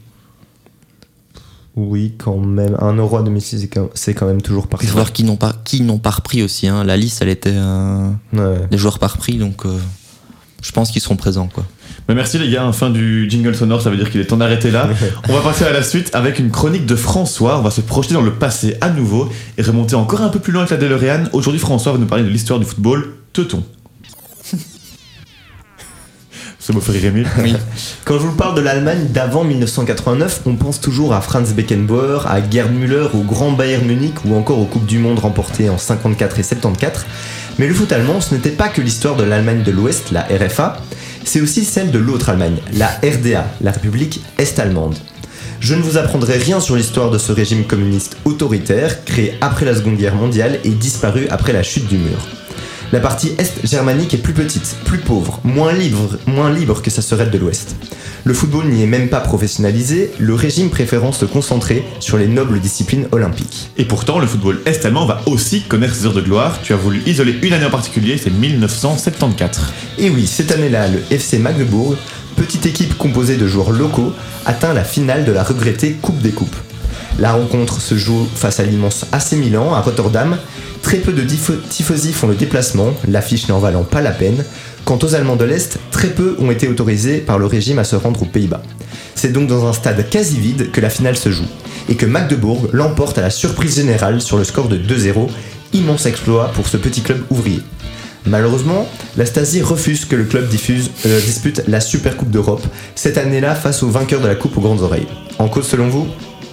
Oui, quand même. Un Euro à deux mille six, c'est quand même toujours parti. Il faut voir qui n'ont pas, qui n'ont pas repris aussi. Hein. La liste, elle était euh... ouais. des joueurs pas repris, donc euh, je pense qu'ils seront présents, quoi. Bah merci les gars, fin du jingle sonore, ça veut dire qu'il est temps d'arrêter là. On va passer à la suite avec une chronique de François. On va se projeter dans le passé à nouveau et remonter encore un peu plus loin avec la DeLorean. Aujourd'hui, François va nous parler de l'histoire du football teuton. Ça me fait rire Emile. Oui. Quand je vous parle de l'Allemagne d'avant mille neuf cent quatre-vingt-neuf, on pense toujours à Franz Beckenbauer, à Gerd Müller, au Grand Bayern Munich ou encore aux Coupes du Monde remportées en cinquante-quatre et soixante-quatorze. Mais le foot allemand, ce n'était pas que l'histoire de l'Allemagne de l'Ouest, la R F A, c'est aussi celle de l'autre Allemagne, la R D A, la République Est-Allemande. Je ne vous apprendrai rien sur l'histoire de ce régime communiste autoritaire, créé après la Seconde Guerre mondiale et disparu après la chute du mur. La partie est germanique est plus petite, plus pauvre, moins libre, moins libre que sa sœurette de l'Ouest. Le football n'y est même pas professionnalisé, le régime préférant se concentrer sur les nobles disciplines olympiques. Et pourtant, le football est-allemand va aussi connaître ses heures de gloire. Tu as voulu isoler une année en particulier, c'est mille neuf cent soixante-quatorze. Et oui, cette année-là, le F C Magdebourg, petite équipe composée de joueurs locaux, atteint la finale de la regrettée Coupe des Coupes. La rencontre se joue face à l'immense A C Milan à Rotterdam. Très peu de tifosi font le déplacement, l'affiche n'en valant pas la peine. Quant aux Allemands de l'Est, très peu ont été autorisés par le régime à se rendre aux Pays-Bas. C'est donc dans un stade quasi vide que la finale se joue, et que Magdebourg l'emporte à la surprise générale sur le score de deux zéro, immense exploit pour ce petit club ouvrier. Malheureusement, la Stasi refuse que le club diffuse, euh, dispute la Super Coupe d'Europe, cette année-là face au vainqueur de la Coupe aux grandes oreilles. En cause selon vous ?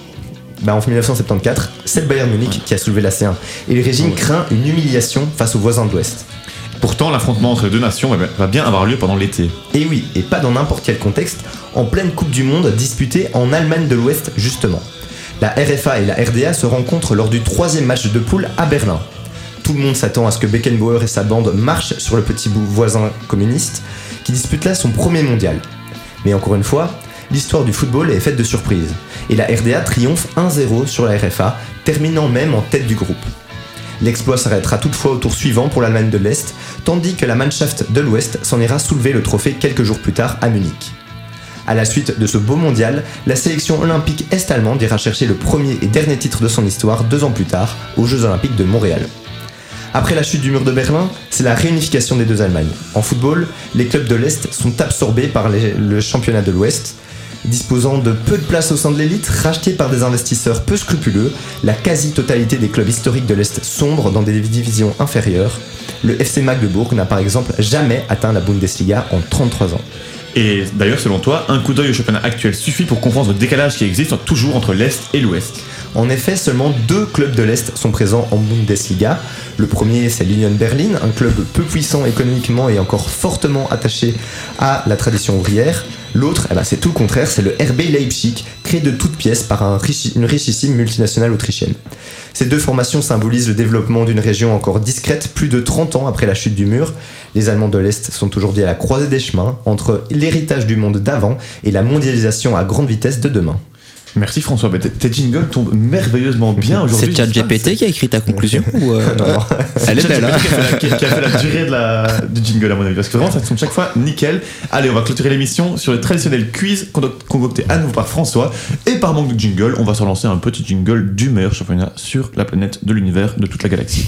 Bah en mille neuf cent soixante-quatorze, c'est le Bayern Munich qui a soulevé la C un, et le régime craint une humiliation face aux voisins de l'Ouest. Pourtant, l'affrontement entre les deux nations va bien avoir lieu pendant l'été. Et oui, et pas dans n'importe quel contexte, en pleine Coupe du Monde disputée en Allemagne de l'Ouest justement. La R F A et la R D A se rencontrent lors du troisième match de poule à Berlin. Tout le monde s'attend à ce que Beckenbauer et sa bande marchent sur le petit bout voisin communiste, qui dispute là son premier mondial. Mais encore une fois, l'histoire du football est faite de surprises, et la R D A triomphe un zéro sur la R F A, terminant même en tête du groupe. L'exploit s'arrêtera toutefois au tour suivant pour l'Allemagne de l'Est, tandis que la Mannschaft de l'Ouest s'en ira soulever le trophée quelques jours plus tard à Munich. À la suite de ce beau mondial, la sélection olympique est-allemande ira chercher le premier et dernier titre de son histoire deux ans plus tard, aux Jeux Olympiques de Montréal. Après la chute du mur de Berlin, c'est la réunification des deux Allemagnes. En football, les clubs de l'Est sont absorbés par les, le championnat de l'Ouest. Disposant de peu de place au sein de l'élite, rachetés par des investisseurs peu scrupuleux, la quasi-totalité des clubs historiques de l'Est sombrent dans des divisions inférieures. Le F C Magdebourg n'a par exemple jamais atteint la Bundesliga en trente-trois ans. Et d'ailleurs, selon toi, un coup d'œil au championnat actuel suffit pour comprendre le décalage qui existe toujours entre l'Est et l'Ouest. En effet, seulement deux clubs de l'Est sont présents en Bundesliga. Le premier, c'est l'Union Berlin, un club peu puissant économiquement et encore fortement attaché à la tradition ouvrière. L'autre, eh ben, c'est tout le contraire, c'est le R B Leipzig, créé de toutes pièces par un richi- une richissime multinationale autrichienne. Ces deux formations symbolisent le développement d'une région encore discrète plus de trente ans après la chute du mur. Les Allemands de l'Est sont aujourd'hui à la croisée des chemins entre l'héritage du monde d'avant et la mondialisation à grande vitesse de demain. Merci François, tes, tes jingles tombent merveilleusement bien aujourd'hui. C'est ChatGPT qui a écrit ta conclusion ou euh... non, non. Elle est belle, hein. qui, a fait la, qui a fait la durée de la, du jingle à mon avis, parce que vraiment ça tombe chaque fois nickel. Allez, on va clôturer l'émission sur le traditionnel quiz concocté à nouveau par François, et par manque de jingle, on va se relancer un petit jingle du meilleur championnat sur la planète de l'univers de toute la galaxie.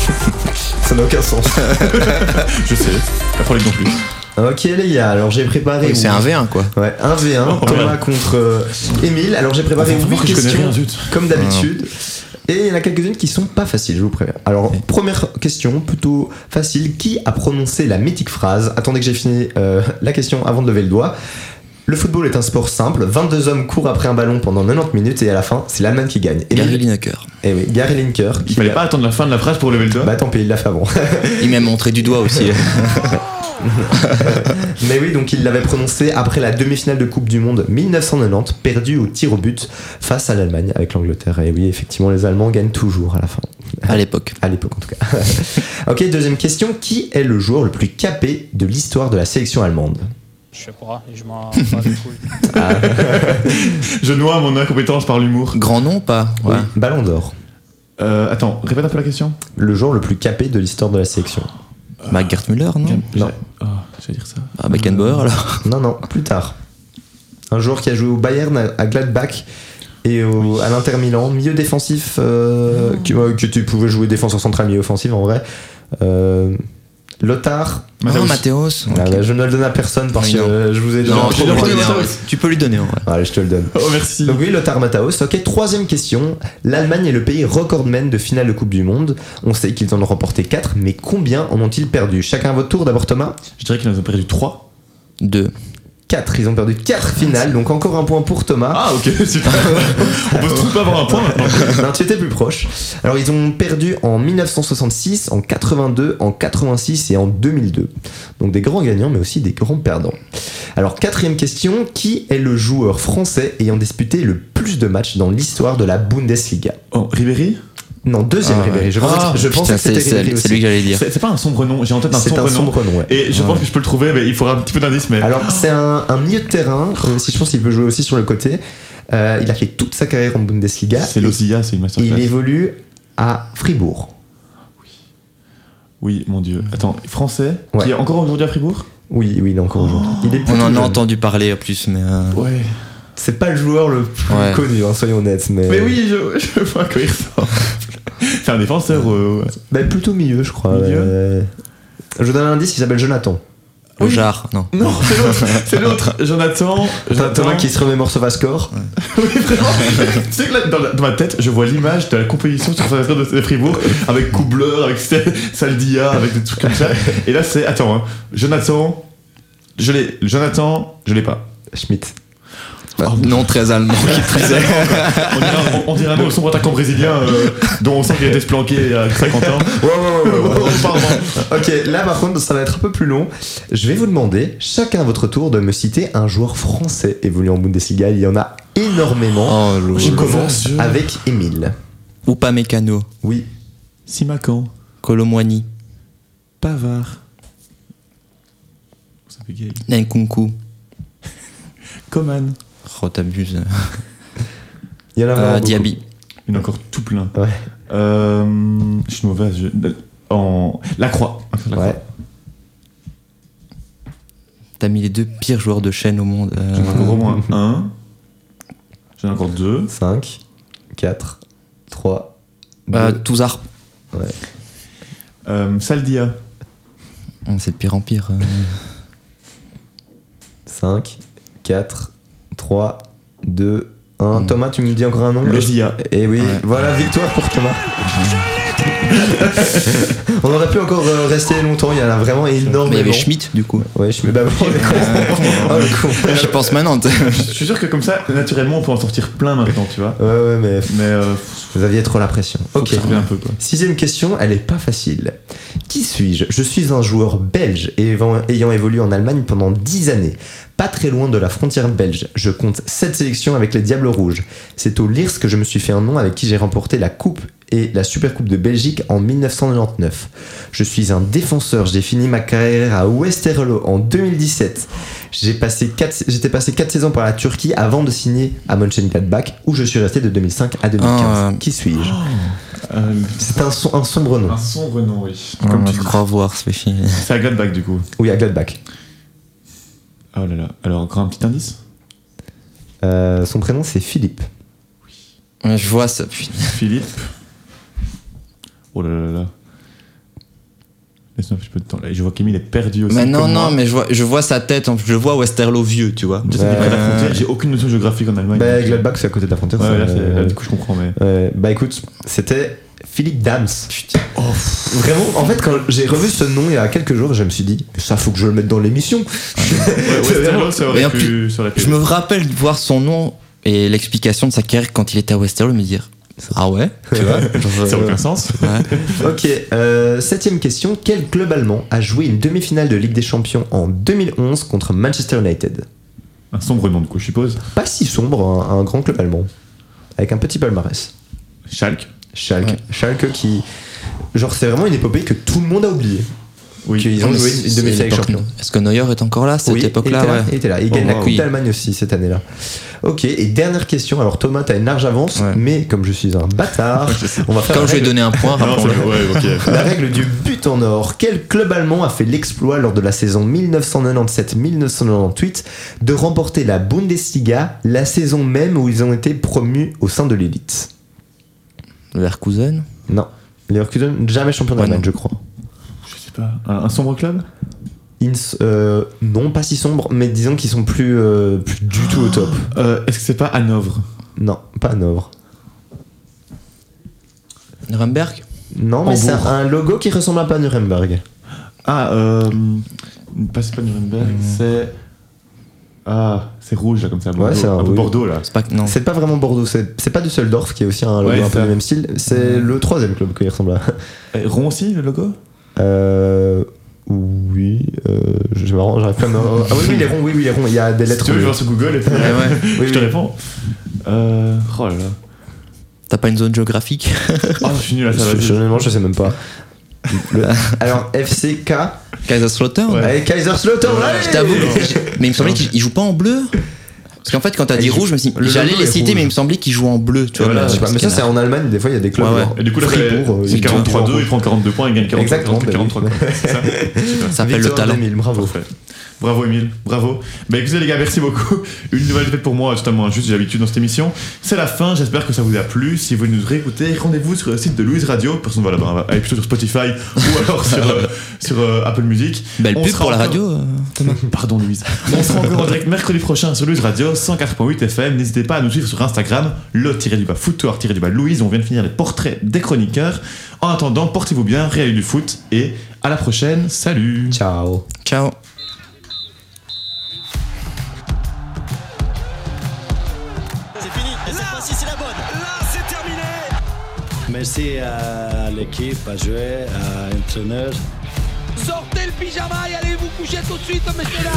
Ça n'a aucun sens. Je sais, pas pour les non plus. Ok les gars, alors j'ai préparé... Oui, c'est un V un quoi. Ouais, un V un, oh, Thomas ouais. contre euh, Émile. Alors j'ai préparé huit questions, rien, comme d'habitude. Et il y en a quelques-unes qui sont pas faciles, je vous préviens. Alors, okay. Première question, plutôt facile. Qui a prononcé la mythique phrase, attendez que j'ai fini euh, la question avant de lever le doigt. Le football est un sport simple, vingt-deux hommes courent après un ballon pendant quatre-vingt-dix minutes et à la fin, c'est l'Allemagne qui gagne. Et Gary Lineker. Eh oui, Gary Lineker. Il fallait a... pas attendre la fin de la phrase pour lever le doigt. Bah tant pis, il l'a fait avant. Il m'a montré du doigt aussi. Mais oui, donc il l'avait prononcé après la demi-finale de Coupe du Monde mille neuf cent quatre-vingt-dix, perdue au tir au but face à l'Allemagne avec l'Angleterre. Et oui, effectivement, les Allemands gagnent toujours à la fin. À l'époque. À l'époque, en tout cas. Ok, deuxième question. Qui est le joueur le plus capé de l'histoire de la sélection allemande ? Je sais pas, je m'en bats les couilles. Ah. Je noie mon incompétence par l'humour. Grand nom ou pas ? Ouais. Oui, Ballon d'Or. Euh, attends, répète un peu la question. Le joueur le plus capé de l'histoire de la sélection. Euh, bah, Gerd Müller, non ? Non. Oh, j'allais dire ça. Ah, Beckenbauer alors ? Non, non, plus tard. Un joueur qui a joué au Bayern, à Gladbach et au, oui. à l'Inter Milan. Milieu défensif, euh, oh. qui, euh, que tu pouvais jouer défenseur central, milieu offensif en vrai. Euh, Lothar Matthäus. Oh, Matthäus. Ah, okay. bah, je ne le donne à personne parce oui, que euh, je vous ai déjà. Non, tu, donner, tu peux lui donner en vrai. Allez, je te le donne. Oh, merci. Donc, oui, Lothar Matthäus. Ok, troisième question. L'Allemagne est le pays recordman de finale de Coupe du Monde. On sait qu'ils en ont remporté quatre, mais combien en ont-ils perdu ? Chacun à votre tour, d'abord Thomas. Je dirais qu'ils en ont perdu trois. Deux. quatre. Ils ont perdu quatre finales, donc encore un point pour Thomas. Ah, ok, super. On peut se tromper avoir un point maintenant. Non, tu étais plus proche. Alors, ils ont perdu en dix-neuf cent soixante-six, en quatre-vingt-deux, en quatre-vingt-six et en deux mille deux. Donc des grands gagnants, mais aussi des grands perdants. Alors, quatrième question. Qui est le joueur français ayant disputé le plus de matchs dans l'histoire de la Bundesliga? Oh, Ribéry? Non, deuxième Ah, Ribéry. ouais. Je pensais, Ah, que, je pensais Putain, que c'était c'est, Ribéry c'est, aussi. c'est lui que j'allais dire. C'est, c'est pas un sombre nom, j'ai en tête un C'est sombre un nom. sombre nom, ouais. Et je Ouais. pense que je peux le trouver, mais il faudra un petit peu d'indice. Mais... Alors, c'est un, un milieu de terrain, euh, si je pense qu'il peut jouer aussi sur le côté. Euh, il a fait toute sa carrière en Bundesliga. c'est Lozilla, c'est une Et masterclass. il évolue à Fribourg. Oui, mon dieu. Attends, français Ouais. qui est encore aujourd'hui à Fribourg? Oui, oui, il est encore aujourd'hui. Il est On plutôt en a jeune. entendu parler en plus, mais. euh, Ouais. C'est pas le joueur le plus Ouais. connu, hein, soyons honnêtes. Mais, Mais oui, je, je vois à quoi il ressort. C'est un défenseur. Euh... Bah, plutôt milieu, je crois. Milieu. Euh, Je vous donne un indice, il s'appelle Jonathan. Au Jar, non. Non, c'est l'autre. C'est l'autre. Jonathan. Jonathan Jonathan qui se remémore SofaScore. Oui, vraiment. Tu sais que là, dans, la- dans ma tête, je vois l'image de la compétition sur le de, de Fribourg avec Koubler, avec Saldia, avec des trucs comme ça. Et là, c'est. Attends, hein. Jonathan. Je l'ai. Jonathan, je l'ai pas. Schmidt. Bah, non, très allemand qui prisait. On dirait, on, on dirait un mot sombre attaquant brésilien euh, dont on sent qu'il a été se planquer il y a cinquante ans. Ouais, ouais, ouais, ouais, ouais. Pardon. Ok, là par contre, ça va être un peu plus long. Je vais vous demander, chacun à votre tour, de me citer un joueur français évoluant en Bundesliga. Il y en a énormément. Oh, le- Je le commence jeu. avec Émile. Ou pas Mécano. Oui. Simacan. Colomwani. Pavard. Ça fait gay. Nkunku. Coman. Oh, t'abuses. Il y en a vraiment Euh, beaucoup. Diaby. Il y en a encore tout plein. Ouais. Euh, je suis mauvaise. Je... En... Lacroix. Lacroix. Ouais. T'as mis les deux pires joueurs de chaîne au monde. euh, J'en ai encore au moins un. J'en ai encore deux. cinq, quatre, trois, euh, deux. Touzard. Euh, Saldia. Oh, c'est de pire en pire. euh. cinq, quatre, trois, deux, un. Mm. Thomas, tu me dis encore un nom? Lozilla. Et oui, Ouais. voilà, victoire pour Thomas. On aurait pu encore euh, rester longtemps, il y en a vraiment énormément. Mais il y avait Schmidt, du coup. Ouais, je me bah, oh, le con. Oh, le con. J'y pense maintenant. t'sais. Je suis sûr que comme ça, naturellement, on peut en sortir plein maintenant, tu vois. Ouais, ouais, mais Mais euh, vous aviez trop la pression. faut Ok. que ça revienne un peu, quoi. Sixième question, elle est pas facile. Qui suis-je? Je suis un joueur belge ayant ayant évolué en Allemagne pendant dix années. Pas très loin de la frontière belge. Je compte sept sélections avec les Diables Rouges. C'est au Lierse que je me suis fait un nom, avec qui j'ai remporté la Coupe et la Supercoupe de Belgique en dix-neuf cent quatre-vingt-dix-neuf. Je suis un défenseur. J'ai fini ma carrière à Westerlo en deux mille dix-sept. J'ai passé quatre, j'étais passé quatre saisons par la Turquie avant de signer à Mönchengladbach, où je suis resté de deux mille cinq à deux mille quinze. Ah, euh, Qui suis-je? Euh, C'est un, son- un sombre nom. un sombre nom, oui. Comme Comme tu tu dis. crois voir, ça fait chier. C'est à Gladbach, du coup. Oui, à Gladbach. Oh là là. Alors, encore un petit indice. Euh, son prénom c'est Philippe. Ouais, je vois ça. Putain. Philippe. Oh là là là là. Laisse-moi un petit peu de temps. Là, je vois qu'Emile est perdu aussi. Mais non, comme non, moi. mais je vois, je vois sa tête. en- Je le vois Westerlo vieux, tu vois. Je sais qu'il est près de la Euh, frontière, j'ai aucune notion géographique en Allemagne. Bah, donc, Gladbach c'est à côté de la frontière. Ouais, ça, là, c'est- euh, là, du coup, je comprends, mais. euh, bah écoute, c'était Philippe Dams. Oh, vraiment, en fait, quand j'ai revu ce nom il y a quelques jours, je me suis dit, ça faut que je le mette dans l'émission. Ouais, C'est Westerlo, vraiment- ça Mais aurait en pu. ça aurait pu. Je me rappelle de voir son nom et l'explication de sa carrière quand il était à Westerlo, me dire ah ouais, tu vois. genre, Ça n'a euh, aucun sens. ouais. Ok, euh, septième question. Quel club allemand a joué une demi-finale de Ligue des Champions en deux mille onze contre Manchester United? Un sombre nom, du coup, je suppose. Pas si sombre, un, un grand club allemand. Avec un petit palmarès. Schalke. Schalke. Ouais. Schalke qui... Genre c'est vraiment une épopée que tout le monde a oublié. Oui. Qu'ils ont Mais joué c'est- une demi-finale c'est avec l'époque- champion. Est-ce que Neuer est encore là à cette Oui, époque-là? il était là, Ouais. il était là. Il Oh, gagne la wow. Coupe Oui. d'Allemagne aussi cette année-là. Ok, et dernière question. Alors Thomas, t'as une large avance, Ouais. mais comme je suis un bâtard, on va faire Quand la je lui ai règle, donné un point, Non, rappelons-le. c'est- ouais, ok. la règle du but en or. Quel club allemand a fait l'exploit lors de la saison dix-neuf cent quatre-vingt-dix-sept dix-neuf cent quatre-vingt-dix-huit de remporter la Bundesliga, la saison même où ils ont été promus au sein de l'élite? Leverkusen. Non. Leverkusen, jamais champion Ouais, d'Allemagne, non. je crois. Je sais pas. Un, un sombre club. Ins, euh, non, pas si sombre, mais disons qu'ils sont plus, euh, plus du tout au top. Euh, Est-ce que c'est pas Hanovre? Non, pas Hanovre. Nuremberg. Non, mais c'est Hambourg. un logo qui ressemble un peu à Nuremberg. Ah, euh. Pas, c'est pas Nuremberg, Mm. c'est. Ah, c'est rouge là comme ça. Bordeaux, Ouais, c'est un, un peu oui. Bordeaux là. C'est pas non. C'est pas vraiment Bordeaux, c'est, c'est pas Düsseldorf qui est aussi un logo Ouais, un peu ça. du même style. C'est le troisième club qui ressemble à. Et rond aussi le logo. Euh. Oui. Euh, je marrant, j'arrive pas à me. Ah oui, oui, il est rond, oui, oui, il est rond. Il y a des Si lettres. tu veux, je vais voir sur Google et puis Ouais, ouais. oui, je te réponds. Euh... Oh là là. T'as pas une zone géographique? Oh, je suis nul à ça. Je, vas-y. je, honnêtement, je sais même pas. Le- alors, F C K. Kaiserslautern. Ouais. Allez, Kaiserslautern, allez Je t'avoue, j'ai- mais il me semblait qu'il joue pas en bleu. Parce qu'en fait, quand t'as Ah, dit il rouge, joue- je me suis dit, le j'allais logo les est citer, rouge. mais il me semblait qu'ils jouent en bleu. Tu vois, Voilà, là, Je sais pas, mais ça, c'est en Allemagne, des fois, il y a des clubs. Ouais, ouais. genre, Et du coup, là, Fribourg, euh, c'est ils quarante-trois deux, jouent en il prend quarante-deux points, il gagne quarante, Exactement, bah oui. quarante-trois quoi. C'est ça. Super. Ça s'appelle le Victor talent. Demil, bravo. Parfait. Bravo Emile, bravo. Bah écoutez les gars, merci beaucoup. Une nouvelle défaite pour moi, totalement injuste, j'ai l'habitude dans cette émission. C'est la fin, j'espère que ça vous a plu. Si vous nous réécoutez, rendez-vous sur le site de Louise Radio. Personne va là-bas, allez plutôt sur Spotify ou alors sur, euh, sur euh, Apple Music. Belle On pub sera pour la encore- radio. euh, Thomas. Pardon Louise. On sera encore en direct mercredi prochain sur Louise Radio, cent quatre point huit F M. N'hésitez pas à nous suivre sur Instagram, le-du-bas foutoir-du-bas Louise. On vient de finir les portraits des chroniqueurs. En attendant, portez-vous bien, réalisez du foot et à la prochaine. Salut. Ciao. Ciao. C'est fini, et cette fois-ci c'est la bonne. Là, c'est terminé. Merci à l'équipe, à jouer, à l'entraîneur. Sortez le pyjama et allez vous coucher tout de suite, messieurs là.